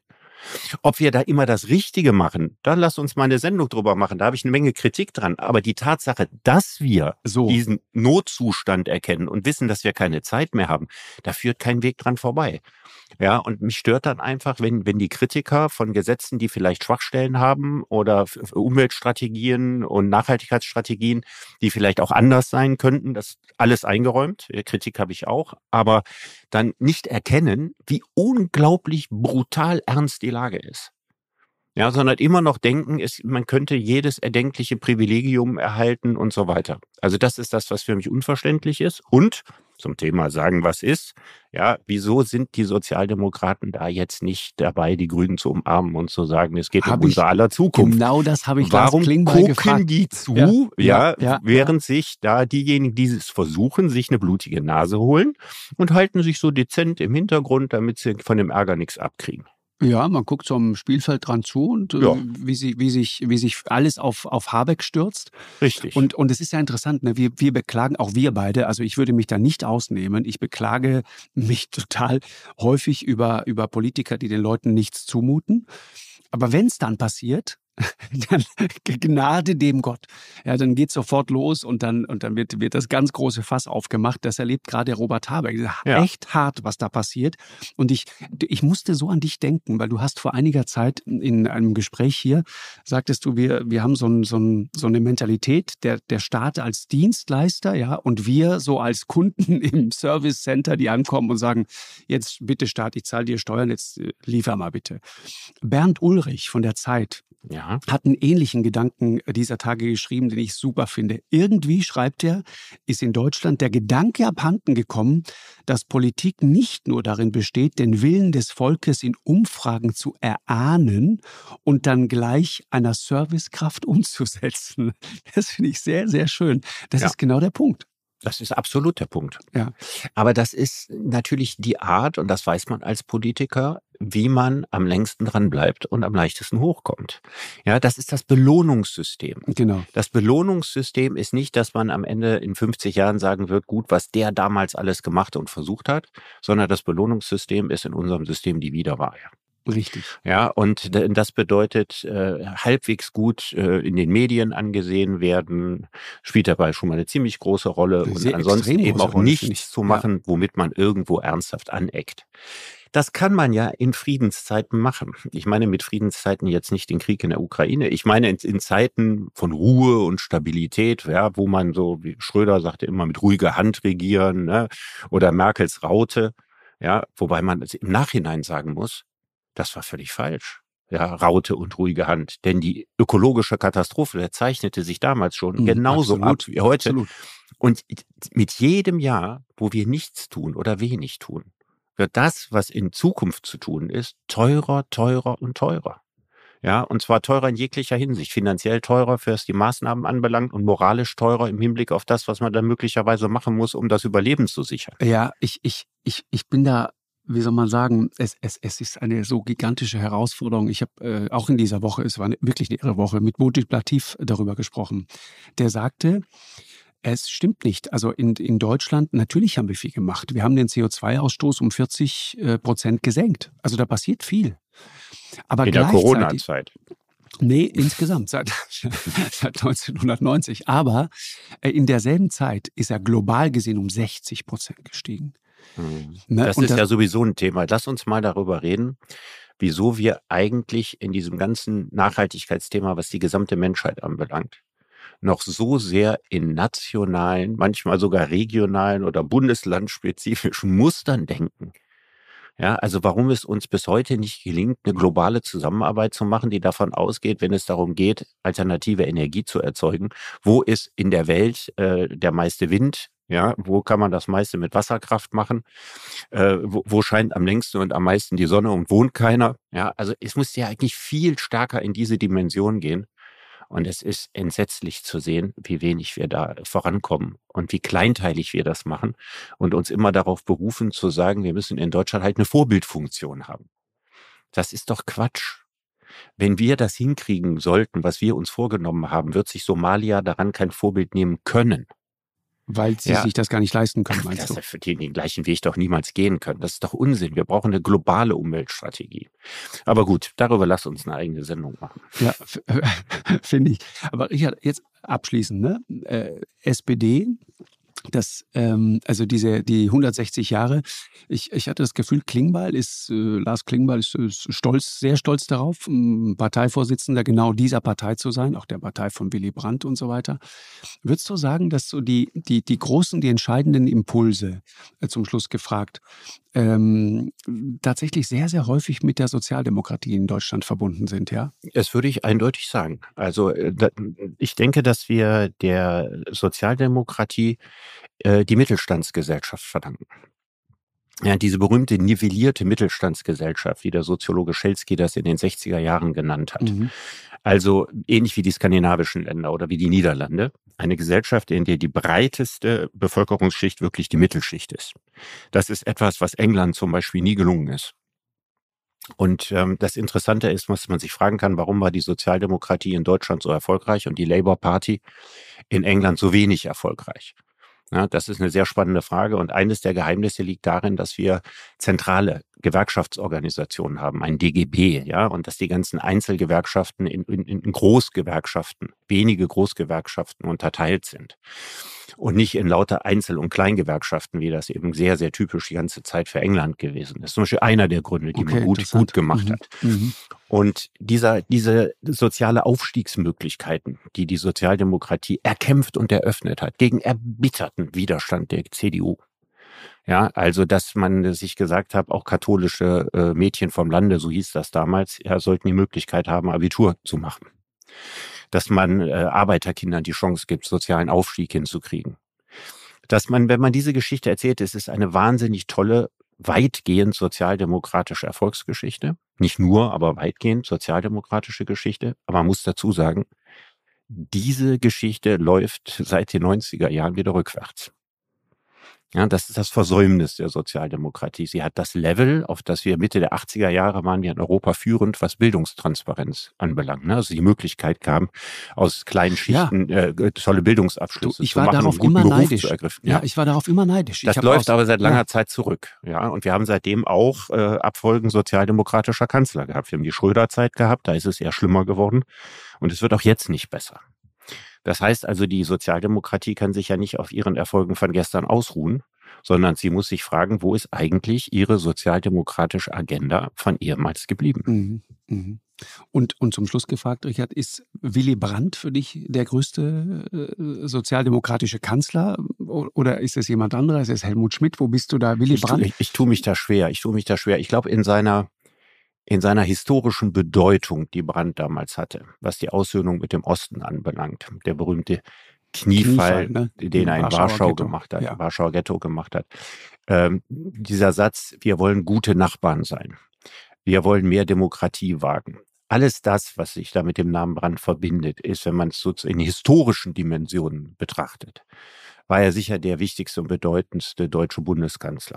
Ob wir da immer das Richtige machen, da lass uns mal eine Sendung drüber machen, da habe ich eine Menge Kritik dran. Aber die Tatsache, dass wir so. diesen Notzustand erkennen und wissen, dass wir keine Zeit mehr haben, da führt kein Weg dran vorbei. Ja, und mich stört dann einfach, wenn, wenn die Kritiker von Gesetzen, die vielleicht Schwachstellen haben oder Umweltstrategien und Nachhaltigkeitsstrategien, die vielleicht auch anders sein könnten, das alles eingeräumt, Kritik habe ich auch, aber dann nicht erkennen, wie unglaublich brutal ernst die Lage ist. Ja, sondern immer noch denken, es, man könnte jedes erdenkliche Privilegium erhalten und so weiter. Also das ist das, was für mich unverständlich ist. Und zum Thema sagen, was ist, ja, wieso sind die Sozialdemokraten da jetzt nicht dabei, die Grünen zu umarmen und zu sagen, es geht hab um unser aller Zukunft? Genau das habe ich Warum Lars Klingbeil gucken gefragt. die zu, ja, ja, ja, ja während ja. sich da diejenigen, die es versuchen, sich eine blutige Nase holen und halten sich so dezent im Hintergrund, damit sie von dem Ärger nichts abkriegen? Ja, man guckt so am Spielfeld dran zu und ja. äh, wie, sie, wie, sich, wie sich alles auf, auf Habeck stürzt. Richtig. Und, und es ist ja interessant, ne? wir, wir beklagen, auch wir beide, also ich würde mich da nicht ausnehmen, ich beklage mich total häufig über, über Politiker, die den Leuten nichts zumuten. Aber wenn es dann passiert, dann Gnade dem Gott. Ja, dann geht sofort los und dann, und dann wird, wird das ganz große Fass aufgemacht. Das erlebt gerade Robert Habeck. Ja. Echt hart, was da passiert. Und ich, ich musste so an dich denken, weil du hast vor einiger Zeit in einem Gespräch hier, sagtest du, wir, wir haben so, ein, so, ein, so eine Mentalität, der, der Staat als Dienstleister, ja, und wir so als Kunden im Service Center, die ankommen und sagen, jetzt bitte Staat, ich zahle dir Steuern, jetzt liefer mal bitte. Bernd Ulrich von der Zeit, ja. hat einen ähnlichen Gedanken dieser Tage geschrieben, den ich super finde. Irgendwie, schreibt er, ist in Deutschland der Gedanke abhanden gekommen, dass Politik nicht nur darin besteht, den Willen des Volkes in Umfragen zu erahnen und dann gleich einer Servicekraft umzusetzen. Das finde ich sehr, sehr schön. Das ja. ist genau der Punkt. Das ist absolut der Punkt. Ja. Aber das ist natürlich die Art, und das weiß man als Politiker, wie man am längsten dran bleibt und am leichtesten hochkommt. Ja, das ist das Belohnungssystem. Genau. Das Belohnungssystem ist nicht, dass man am Ende in fünfzig Jahren sagen wird, gut, was der damals alles gemacht und versucht hat, sondern das Belohnungssystem ist in unserem System die Wiederwahl. Richtig. Ja, und das bedeutet äh, halbwegs gut äh, in den Medien angesehen werden, spielt dabei schon mal eine ziemlich große Rolle und Sehr ansonsten eben auch Rolle, nichts zu machen, ja. womit man irgendwo ernsthaft aneckt. Das kann man ja in Friedenszeiten machen. Ich meine mit Friedenszeiten jetzt nicht den Krieg in der Ukraine. Ich meine in, in Zeiten von Ruhe und Stabilität, ja, wo man so, wie Schröder sagte immer, mit ruhiger Hand regieren, ne, oder Merkels Raute. Ja, wobei man im Nachhinein sagen muss, das war völlig falsch. Ja, Raute und ruhige Hand. Denn die ökologische Katastrophe zeichnete sich damals schon mhm, genauso absolut, ab wie heute. Absolut. Und mit jedem Jahr, wo wir nichts tun oder wenig tun, wird das, was in Zukunft zu tun ist, teurer, teurer und teurer. Ja, und zwar teurer in jeglicher Hinsicht. Finanziell teurer, was die Maßnahmen anbelangt und moralisch teurer im Hinblick auf das, was man dann möglicherweise machen muss, um das Überleben zu sichern. Ja, ich, ich, ich, ich bin da, wie soll man sagen, es, es, es ist eine so gigantische Herausforderung. Ich habe äh, auch in dieser Woche, es war eine, wirklich eine irre Woche, mit Wojciech Latif darüber gesprochen. Der sagte, es stimmt nicht. Also in, in Deutschland, natürlich haben wir viel gemacht. Wir haben den C O zwei Ausstoß um vierzig Prozent gesenkt. Also da passiert viel. Aber in der Corona-Zeit. Nee, insgesamt seit, seit neunzehnhundertneunzig. Aber äh, in derselben Zeit ist er global gesehen um sechzig Prozent gestiegen. Mhm. Ne? Das Und ist das, ja sowieso ein Thema. Lass uns mal darüber reden, wieso wir eigentlich in diesem ganzen Nachhaltigkeitsthema, was die gesamte Menschheit anbelangt, noch so sehr in nationalen, manchmal sogar regionalen oder bundeslandspezifischen Mustern denken. Ja, also warum es uns bis heute nicht gelingt, eine globale Zusammenarbeit zu machen, die davon ausgeht, wenn es darum geht, alternative Energie zu erzeugen, wo ist in der Welt äh, der meiste Wind? Ja, wo kann man das meiste mit Wasserkraft machen? Äh, wo, wo scheint am längsten und am meisten die Sonne und wohnt keiner? Ja, also es muss ja eigentlich viel stärker in diese Dimension gehen. Und es ist entsetzlich zu sehen, wie wenig wir da vorankommen und wie kleinteilig wir das machen und uns immer darauf berufen zu sagen, wir müssen in Deutschland halt eine Vorbildfunktion haben. Das ist doch Quatsch. Wenn wir das hinkriegen sollten, was wir uns vorgenommen haben, wird sich Somalia daran kein Vorbild nehmen können. weil sie Ja. sich das gar nicht leisten können, meinst Das du? wir für die den gleichen Weg doch niemals gehen können. Das ist doch Unsinn. Wir brauchen eine globale Umweltstrategie. Aber gut, darüber lass uns eine eigene Sendung machen. Ja, f- finde ich. Aber Richard, jetzt abschließend, ne? Äh, S P D, das, ähm, also diese, die hundertsechzig Jahre, ich, ich hatte das Gefühl, Klingbeil ist, äh, Lars Klingbeil ist, ist stolz, sehr stolz darauf, ein Parteivorsitzender genau dieser Partei zu sein, auch der Partei von Willy Brandt und so weiter. Würdest du sagen, dass so die, die, die großen, die entscheidenden Impulse, äh, zum Schluss gefragt, ähm, tatsächlich sehr, sehr häufig mit der Sozialdemokratie in Deutschland verbunden sind, ja? Das würde ich eindeutig sagen. Also äh, da, ich denke, dass wir der Sozialdemokratie äh, die Mittelstandsgesellschaft verdanken. Ja, diese berühmte nivellierte Mittelstandsgesellschaft, wie der Soziologe Schelsky das in den sechziger Jahren genannt hat. Mhm. Also ähnlich wie die skandinavischen Länder oder wie die Niederlande. Eine Gesellschaft, in der die breiteste Bevölkerungsschicht wirklich die Mittelschicht ist. Das ist etwas, was England zum Beispiel nie gelungen ist. Und ähm, das Interessante ist, was man sich fragen kann, warum war die Sozialdemokratie in Deutschland so erfolgreich und die Labour Party in England so wenig erfolgreich? Ja, das ist eine sehr spannende Frage. Und eines der Geheimnisse liegt darin, dass wir zentrale Gewerkschaftsorganisationen haben, ein D G B, ja, und dass die ganzen Einzelgewerkschaften in, in, in Großgewerkschaften, wenige Großgewerkschaften unterteilt sind. Und nicht in lauter Einzel- und Kleingewerkschaften, wie das eben sehr, sehr typisch die ganze Zeit für England gewesen ist. Zum Beispiel einer der Gründe, die Okay, man gut, interessant. gut gemacht Mhm. hat. Mhm. Und dieser, diese soziale Aufstiegsmöglichkeiten, die die Sozialdemokratie erkämpft und eröffnet hat, gegen erbitterten Widerstand der C D U. Ja, also, dass man sich gesagt hat, auch katholische äh, Mädchen vom Lande, so hieß das damals, ja, sollten die Möglichkeit haben, Abitur zu machen. Dass man äh, Arbeiterkindern die Chance gibt, sozialen Aufstieg hinzukriegen. Dass man, wenn man diese Geschichte erzählt, es ist eine wahnsinnig tolle, weitgehend sozialdemokratische Erfolgsgeschichte. Nicht nur, aber weitgehend sozialdemokratische Geschichte. Aber man muss dazu sagen, diese Geschichte läuft seit den neunziger Jahren wieder rückwärts. Ja, das ist das Versäumnis der Sozialdemokratie. Sie hat das Level, auf das wir Mitte der achtziger Jahre waren, wir in Europa führend, was Bildungstransparenz anbelangt. Ne? Also die Möglichkeit kam, aus kleinen Schichten ja. äh, tolle Du, Bildungsabschlüsse ich zu war machen darauf und einen guten immer Beruf neidisch. zu ergriffen. Ja, Ja, ich war darauf immer neidisch. Ich das hab läuft aus- aber seit langer ja. Zeit zurück. Ja, und wir haben seitdem auch äh, Abfolgen sozialdemokratischer Kanzler gehabt. Wir haben die Schröder-Zeit gehabt, da ist es eher schlimmer geworden. Und es wird auch jetzt nicht besser. Das heißt also, die Sozialdemokratie kann sich ja nicht auf ihren Erfolgen von gestern ausruhen, sondern sie muss sich fragen, wo ist eigentlich ihre sozialdemokratische Agenda von ehemals geblieben? Mhm. Mhm. Und, und zum Schluss gefragt, Richard, ist Willy Brandt für dich der größte äh, sozialdemokratische Kanzler O- oder ist es jemand anderer? Ist es Helmut Schmidt? Wo bist du da? Willy Ich, tu, Brandt? ich, ich tue mich da schwer. Ich tue mich da schwer. Ich glaube, in seiner, in seiner historischen Bedeutung, die Brandt damals hatte, was die Aussöhnung mit dem Osten anbelangt, der berühmte Kniefall, Kniefall, ne? den er in Warschauer Warschau Ghetto. gemacht hat, Ja. Warschauer Ghetto gemacht hat. Ähm, dieser Satz, wir wollen gute Nachbarn sein. Wir wollen mehr Demokratie wagen. Alles das, was sich da mit dem Namen Brandt verbindet, ist, wenn man es so in historischen Dimensionen betrachtet, war er sicher der wichtigste und bedeutendste deutsche Bundeskanzler.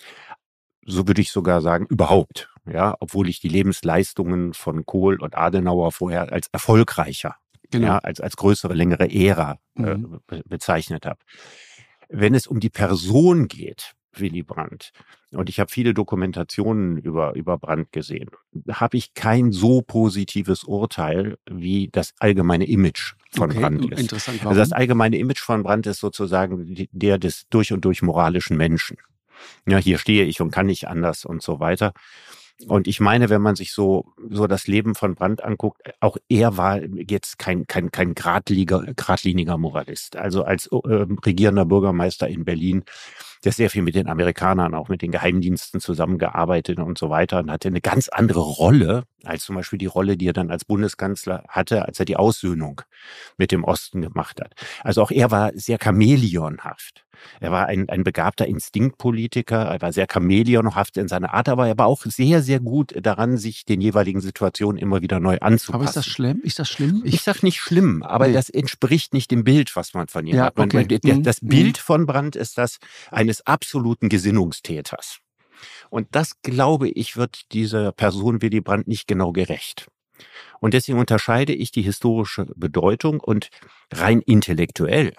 So würde ich sogar sagen, überhaupt. Ja, obwohl ich die Lebensleistungen von Kohl und Adenauer vorher als erfolgreicher, Genau. ja, als, als größere, längere Ära äh, Mhm. be bezeichnet habe. Wenn es um die Person geht, Willy Brandt, und ich habe viele Dokumentationen über, über Brandt gesehen, habe ich kein so positives Urteil, wie das allgemeine Image von Okay, Brandt ist. interessant. Warum? Also das allgemeine Image von Brandt ist sozusagen der des durch und durch moralischen Menschen. Ja, hier stehe ich und kann nicht anders und so weiter. Und ich meine, wenn man sich so, so das Leben von Brandt anguckt, auch er war jetzt kein, kein, kein geradliniger, geradliniger Moralist. Also als äh, regierender Bürgermeister in Berlin, der sehr viel mit den Amerikanern, auch mit den Geheimdiensten zusammengearbeitet und so weiter, und hatte eine ganz andere Rolle als zum Beispiel die Rolle, die er dann als Bundeskanzler hatte, als er die Aussöhnung mit dem Osten gemacht hat. Also auch er war sehr chamäleonhaft. Er war ein, ein begabter Instinktpolitiker, er war sehr chamäleonhaft in seiner Art, aber er war auch sehr, sehr gut daran, sich den jeweiligen Situationen immer wieder neu anzupassen. Aber ist das schlimm? Ist das schlimm? Ich, ich sag nicht schlimm, aber nee. Das entspricht nicht dem Bild, was man von ihm ja, hat. Man, okay. der, mhm. Das Bild von Brandt ist das eines absoluten Gesinnungstäters. Und das, glaube ich, wird dieser Person Willy Brandt nicht genau gerecht. Und deswegen unterscheide ich die historische Bedeutung, und rein intellektuell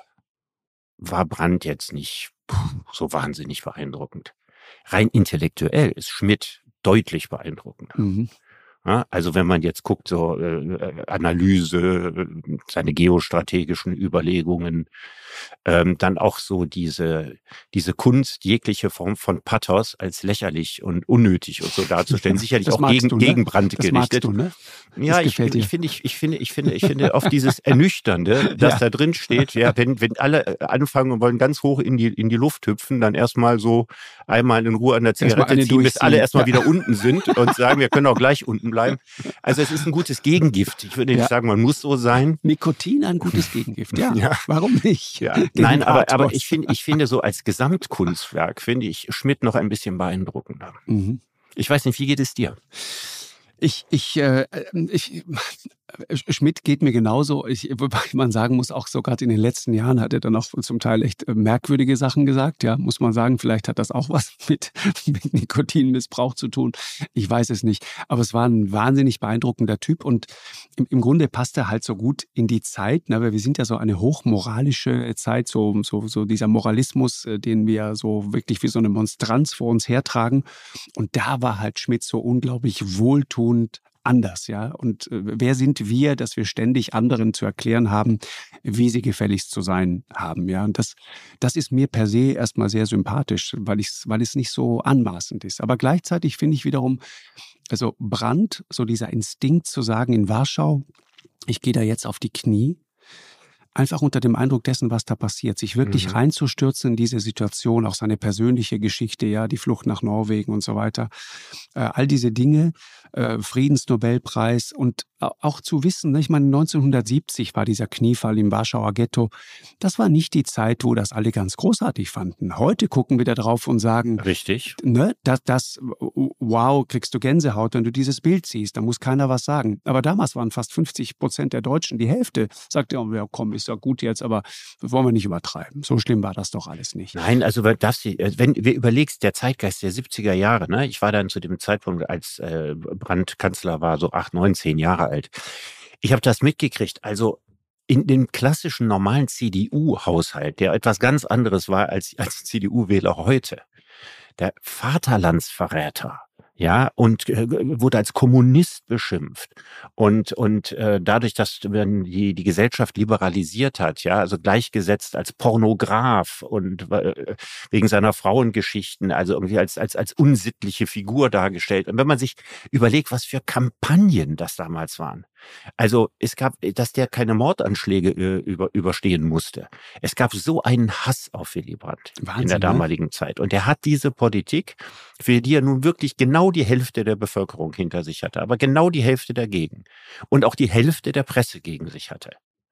war Brandt jetzt nicht so wahnsinnig beeindruckend. Rein intellektuell ist Schmidt deutlich beeindruckender. Mhm. Ja, also wenn man jetzt guckt, so äh, Analyse, seine geostrategischen Überlegungen, ähm, dann auch so diese diese Kunst, jegliche Form von Pathos als lächerlich und unnötig und so darzustellen, sicherlich das auch gegen, du, ne? gegen Brandt das gerichtet. Du, ne? Ja, ich, ich finde, ich, ich finde, ich finde, ich finde auf dieses Ernüchternde, das ja. da drin steht, ja, wenn, wenn alle anfangen und wollen ganz hoch in die, in die Luft hüpfen, dann erstmal so einmal in Ruhe an der Zigarette ziehen, bis alle erstmal ja. wieder unten sind und sagen, wir können auch gleich unten bleiben. Also es ist ein gutes Gegengift. Ich würde nicht ja. sagen, man muss so sein. Nikotin ein gutes Gegengift, ja. ja. Warum nicht? Ja. Nein, aber, aber ich finde, ich finde so als Gesamtkunstwerk finde ich Schmidt noch ein bisschen beeindruckender. Mhm. Ich weiß nicht, wie geht es dir? Ich, ich, äh, ich, Schmidt geht mir genauso. Ich, wobei man sagen muss, auch so gerade in den letzten Jahren hat er dann auch zum Teil echt merkwürdige Sachen gesagt. Ja, muss man sagen, vielleicht hat das auch was mit, mit Nikotinmissbrauch zu tun. Ich weiß es nicht. Aber es war ein wahnsinnig beeindruckender Typ, und im, im Grunde passt er halt so gut in die Zeit. Ne? Weil wir sind ja so eine hochmoralische Zeit, so, so, so dieser Moralismus, den wir so wirklich wie so eine Monstranz vor uns hertragen. Und da war halt Schmidt so unglaublich wohltuend anders, ja. Und äh, wer sind wir, dass wir ständig anderen zu erklären haben, wie sie gefälligst zu sein haben, ja. Und das, das ist mir per se erstmal sehr sympathisch, weil ich, weil es nicht so anmaßend ist. Aber gleichzeitig finde ich wiederum, also Brandt, so dieser Instinkt zu sagen in Warschau, ich gehe da jetzt auf die Knie, einfach unter dem Eindruck dessen, was da passiert, sich wirklich mhm. reinzustürzen in diese Situation, auch seine persönliche Geschichte, ja, die Flucht nach Norwegen und so weiter, äh, all diese Dinge, äh, Friedensnobelpreis, und auch zu wissen, ne, ich meine, neunzehnhundertsiebzig war dieser Kniefall im Warschauer Ghetto, das war nicht die Zeit, wo das alle ganz großartig fanden. Heute gucken wir da drauf und sagen, richtig, ne, das, das, wow, kriegst du Gänsehaut, wenn du dieses Bild siehst, da muss keiner was sagen. Aber damals waren fast fünfzig Prozent der Deutschen, die Hälfte, sagt ja, ja komm, ist ja gut jetzt, aber wollen wir nicht übertreiben. So schlimm war das doch alles nicht. Nein, also das, wenn du überlegst, der Zeitgeist der siebziger Jahre, ne, ich war dann zu dem Zeitpunkt, als äh, Brandt Kanzler war, so acht, neun, zehn Jahre alt. Ich habe das mitgekriegt. Also in dem klassischen normalen C D U-Haushalt, der etwas ganz anderes war als als C D U-Wähler heute, der Vaterlandsverräter, ja, und äh, wurde als Kommunist beschimpft, und und äh, dadurch, dass man die die Gesellschaft liberalisiert hat, ja, also gleichgesetzt als Pornograf und äh, wegen seiner Frauengeschichten, also irgendwie als als als unsittliche Figur dargestellt. Und wenn man sich überlegt, was für Kampagnen das damals waren. Also es gab, dass der keine Mordanschläge äh, über, überstehen musste. Es gab so einen Hass auf Willy Brandt Wahnsinn, in der damaligen ne? Zeit. Und er hat diese Politik, für die er nun wirklich genau die Hälfte der Bevölkerung hinter sich hatte, aber genau die Hälfte dagegen. Und auch die Hälfte der Presse gegen sich hatte.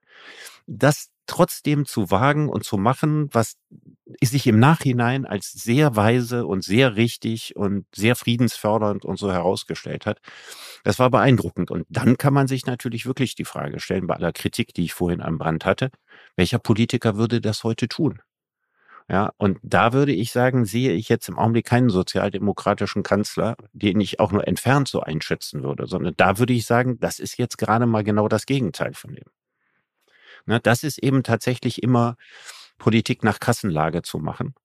Das trotzdem zu wagen und zu machen, was sich im Nachhinein als sehr weise und sehr richtig und sehr friedensfördernd und so herausgestellt hat, das war beeindruckend. Und dann kann man sich natürlich wirklich die Frage stellen, bei aller Kritik, die ich vorhin am Brandt hatte, welcher Politiker würde das heute tun? Ja, und da würde ich sagen, sehe ich jetzt im Augenblick keinen sozialdemokratischen Kanzler, den ich auch nur entfernt so einschätzen würde, sondern da würde ich sagen, das ist jetzt gerade mal genau das Gegenteil von dem. Na, das ist eben tatsächlich immer Politik nach Kassenlage zu machen.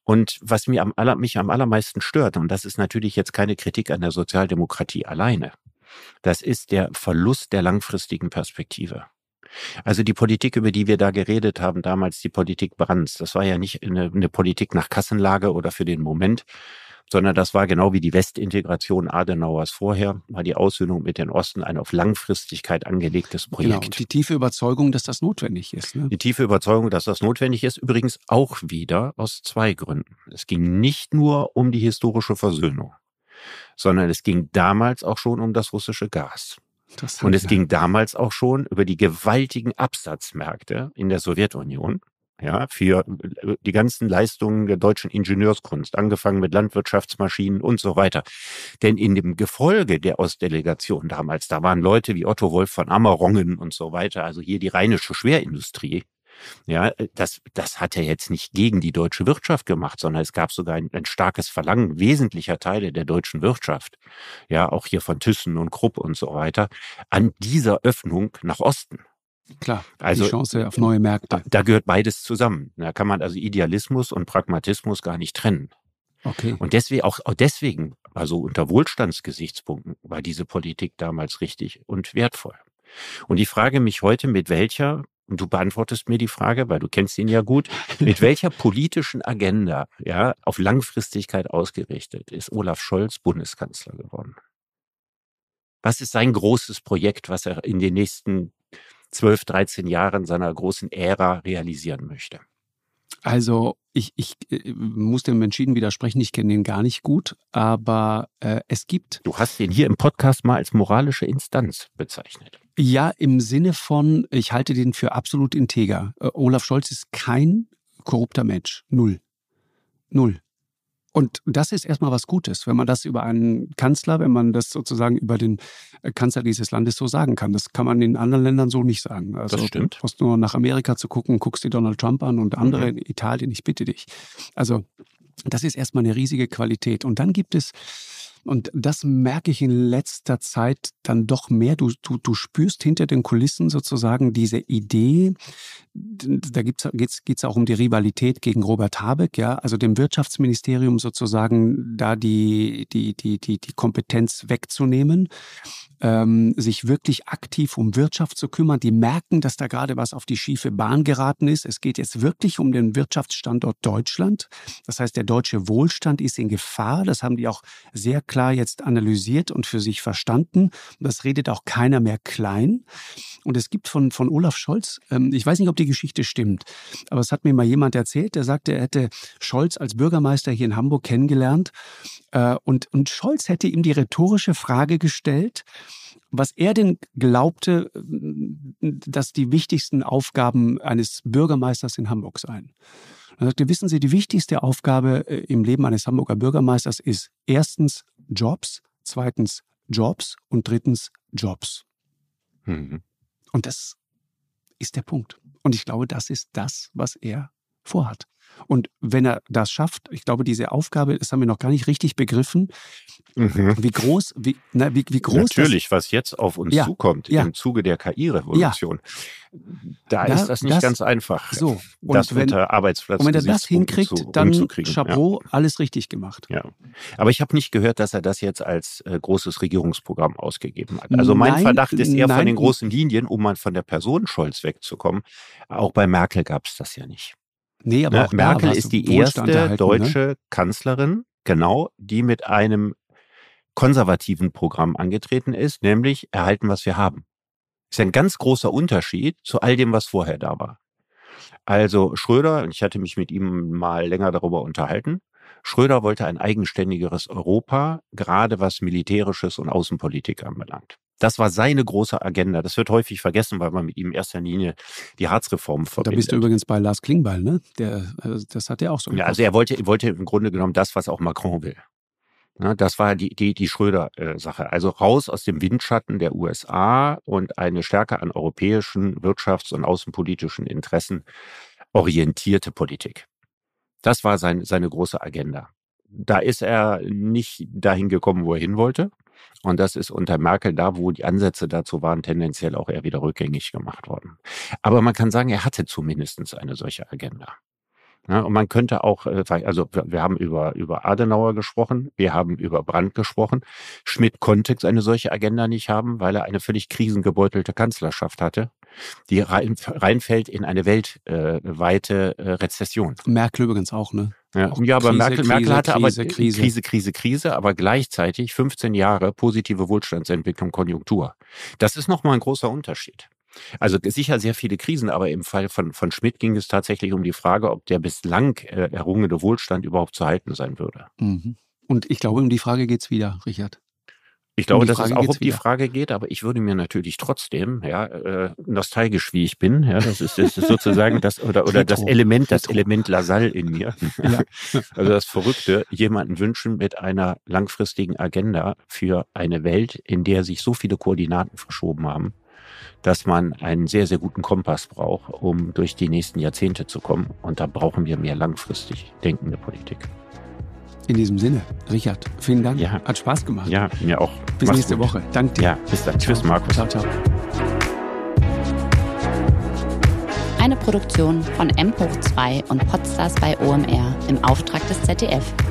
Und was mir am aller, mich am allermeisten stört, und das ist natürlich jetzt keine Kritik an der Sozialdemokratie alleine, das ist der Verlust der langfristigen Perspektive. Also die Politik, über die wir da geredet haben, damals die Politik Brandts, das war ja nicht eine, eine Politik nach Kassenlage oder für den Moment, sondern das war genau wie die Westintegration Adenauers vorher, war die Aussöhnung mit den Osten ein auf Langfristigkeit angelegtes Projekt. Genau, die tiefe Überzeugung, dass das notwendig ist. Ne? Die tiefe Überzeugung, dass das notwendig ist, übrigens auch wieder aus zwei Gründen. Es ging nicht nur um die historische Versöhnung, sondern es ging damals auch schon um das russische Gas. Und es ging damals auch schon über die gewaltigen Absatzmärkte in der Sowjetunion, ja, für die ganzen Leistungen der deutschen Ingenieurskunst, angefangen mit Landwirtschaftsmaschinen und so weiter. Denn in dem Gefolge der Ostdelegation damals, da waren Leute wie Otto Wolf von Amerongen und so weiter, also hier die rheinische Schwerindustrie. Ja, das, das hat er jetzt nicht gegen die deutsche Wirtschaft gemacht, sondern es gab sogar ein, ein starkes Verlangen wesentlicher Teile der deutschen Wirtschaft, ja, auch hier von Thyssen und Krupp und so weiter, an dieser Öffnung nach Osten. Klar, also die Chance auf neue Märkte. Da gehört beides zusammen. Da kann man also Idealismus und Pragmatismus gar nicht trennen. Okay. Und deswegen, auch, auch deswegen, also unter Wohlstandsgesichtspunkten, war diese Politik damals richtig und wertvoll. Und ich frage mich heute, mit welcher, und du beantwortest mir die Frage, weil du kennst ihn ja gut, mit welcher politischen Agenda, ja, auf Langfristigkeit ausgerichtet ist Olaf Scholz Bundeskanzler geworden? Was ist sein großes Projekt, was er in den nächsten zwölf, dreizehn Jahren seiner großen Ära realisieren möchte? Also ich, ich äh, muss dem entschieden widersprechen, ich kenne den gar nicht gut, aber äh, es gibt... Du hast den hier im Podcast mal als moralische Instanz bezeichnet. Ja, im Sinne von, ich halte den für absolut integer. Äh, Olaf Scholz ist kein korrupter Mensch. Null. Null. Und das ist erstmal was Gutes, wenn man das über einen Kanzler, wenn man das sozusagen über den Kanzler dieses Landes so sagen kann. Das kann man in anderen Ländern so nicht sagen. Also, das stimmt. Du brauchst nur nach Amerika zu gucken, guckst dir Donald Trump an und andere in Italien, ich bitte dich. Also das ist erstmal eine riesige Qualität. Und dann gibt es, und das merke ich in letzter Zeit dann doch mehr, du, du, du spürst hinter den Kulissen sozusagen diese Idee, da geht es auch um die Rivalität gegen Robert Habeck, ja, also dem Wirtschaftsministerium sozusagen da die, die, die, die, die Kompetenz wegzunehmen, ähm, sich wirklich aktiv um Wirtschaft zu kümmern. Die merken, dass da gerade was auf die schiefe Bahn geraten ist. Es geht jetzt wirklich um den Wirtschaftsstandort Deutschland. Das heißt, der deutsche Wohlstand ist in Gefahr. Das haben die auch sehr klar jetzt analysiert und für sich verstanden. Das redet auch keiner mehr klein. Und es gibt von, von Olaf Scholz, ähm, ich weiß nicht, ob die Geschichte stimmt, aber es hat mir mal jemand erzählt, der sagte, er hätte Scholz als Bürgermeister hier in Hamburg kennengelernt. Äh, und, und Scholz hätte ihm die rhetorische Frage gestellt, was er denn glaubte, dass die wichtigsten Aufgaben eines Bürgermeisters in Hamburg seien. Er sagte, wissen Sie, die wichtigste Aufgabe im Leben eines Hamburger Bürgermeisters ist erstens Jobs, zweitens Jobs und drittens Jobs. Mhm. Und das ist der Punkt. Und ich glaube, das ist das, was er vorhat. Und wenn er das schafft, ich glaube, diese Aufgabe, das haben wir noch gar nicht richtig begriffen, mhm. wie groß, wie, na, wie, wie groß Natürlich, das, was jetzt auf uns ja, zukommt ja. im Zuge der K I-Revolution, ja. da, da ist das nicht das, ganz einfach, so. Und das wenn, unter Arbeitsplatz und wenn er das hinkriegt, zu, dann Chapeau, ja. alles richtig gemacht. Ja. Aber ich habe nicht gehört, dass er das jetzt als äh, großes Regierungsprogramm ausgegeben hat. Also mein nein, Verdacht ist eher nein, von den großen Linien, um mal von der Person Scholz wegzukommen. Auch bei Merkel gab es das ja nicht. Nee, aber Na, auch Merkel da ist die erste deutsche ne? Kanzlerin, genau, die mit einem konservativen Programm angetreten ist, nämlich erhalten, was wir haben. Das ist ein ganz großer Unterschied zu all dem, was vorher da war. Also Schröder, ich hatte mich mit ihm mal länger darüber unterhalten, Schröder wollte ein eigenständigeres Europa, gerade was Militärisches und Außenpolitik anbelangt. Das war seine große Agenda. Das wird häufig vergessen, weil man mit ihm in erster Linie die Harzreform verbindet. Da bist du übrigens bei Lars Klingbeil, ne? Der, das hat er auch so gemacht. Ja, also er wollte, wollte im Grunde genommen das, was auch Macron will. Ja, das war die, die, die Schröder-Sache. Also raus aus dem Windschatten der U S A und eine stärker an europäischen wirtschafts- und außenpolitischen Interessen orientierte Politik. Das war sein, seine große Agenda. Da ist er nicht dahin gekommen, wo er hin wollte. Und das ist unter Merkel da, wo die Ansätze dazu waren, tendenziell auch eher wieder rückgängig gemacht worden. Aber man kann sagen, er hatte zumindest eine solche Agenda. Ja, und man könnte auch, also wir haben über, über Adenauer gesprochen, wir haben über Brandt gesprochen. Schmidt konnte eine solche Agenda nicht haben, weil er eine völlig krisengebeutelte Kanzlerschaft hatte, die rein, reinfällt in eine weltweite äh, Rezession. Merkel übrigens auch, ne? Ja, auch ja aber Krise, Merkel, Krise, Merkel hatte Krise, aber Krise. Krise, Krise, Krise, aber gleichzeitig fünfzehn Jahre positive Wohlstandsentwicklung, Konjunktur. Das ist nochmal ein großer Unterschied. Also sicher sehr viele Krisen, aber im Fall von, von Schmidt ging es tatsächlich um die Frage, ob der bislang äh, errungene Wohlstand überhaupt zu halten sein würde. Mhm. Und ich glaube, um die Frage geht's wieder, Richard. Ich glaube, um dass es auch um die wieder. Frage geht, aber ich würde mir natürlich trotzdem, ja, äh, nostalgisch wie ich bin, ja, das ist, das ist sozusagen das oder oder das Element, das Element Lassalle in mir. Ja. Also das Verrückte, jemanden wünschen mit einer langfristigen Agenda für eine Welt, in der sich so viele Koordinaten verschoben haben, dass man einen sehr, sehr guten Kompass braucht, um durch die nächsten Jahrzehnte zu kommen. Und da brauchen wir mehr langfristig denkende Politik. In diesem Sinne, Richard, vielen Dank. Ja. Hat Spaß gemacht. Ja, mir auch. Bis Mach's nächste gut. Woche. Danke dir. Ja, bis dann. Tschüss, Markus. Ciao, ciao. Eine Produktion von M hoch zwei und Podstars bei O M R im Auftrag des Z D F.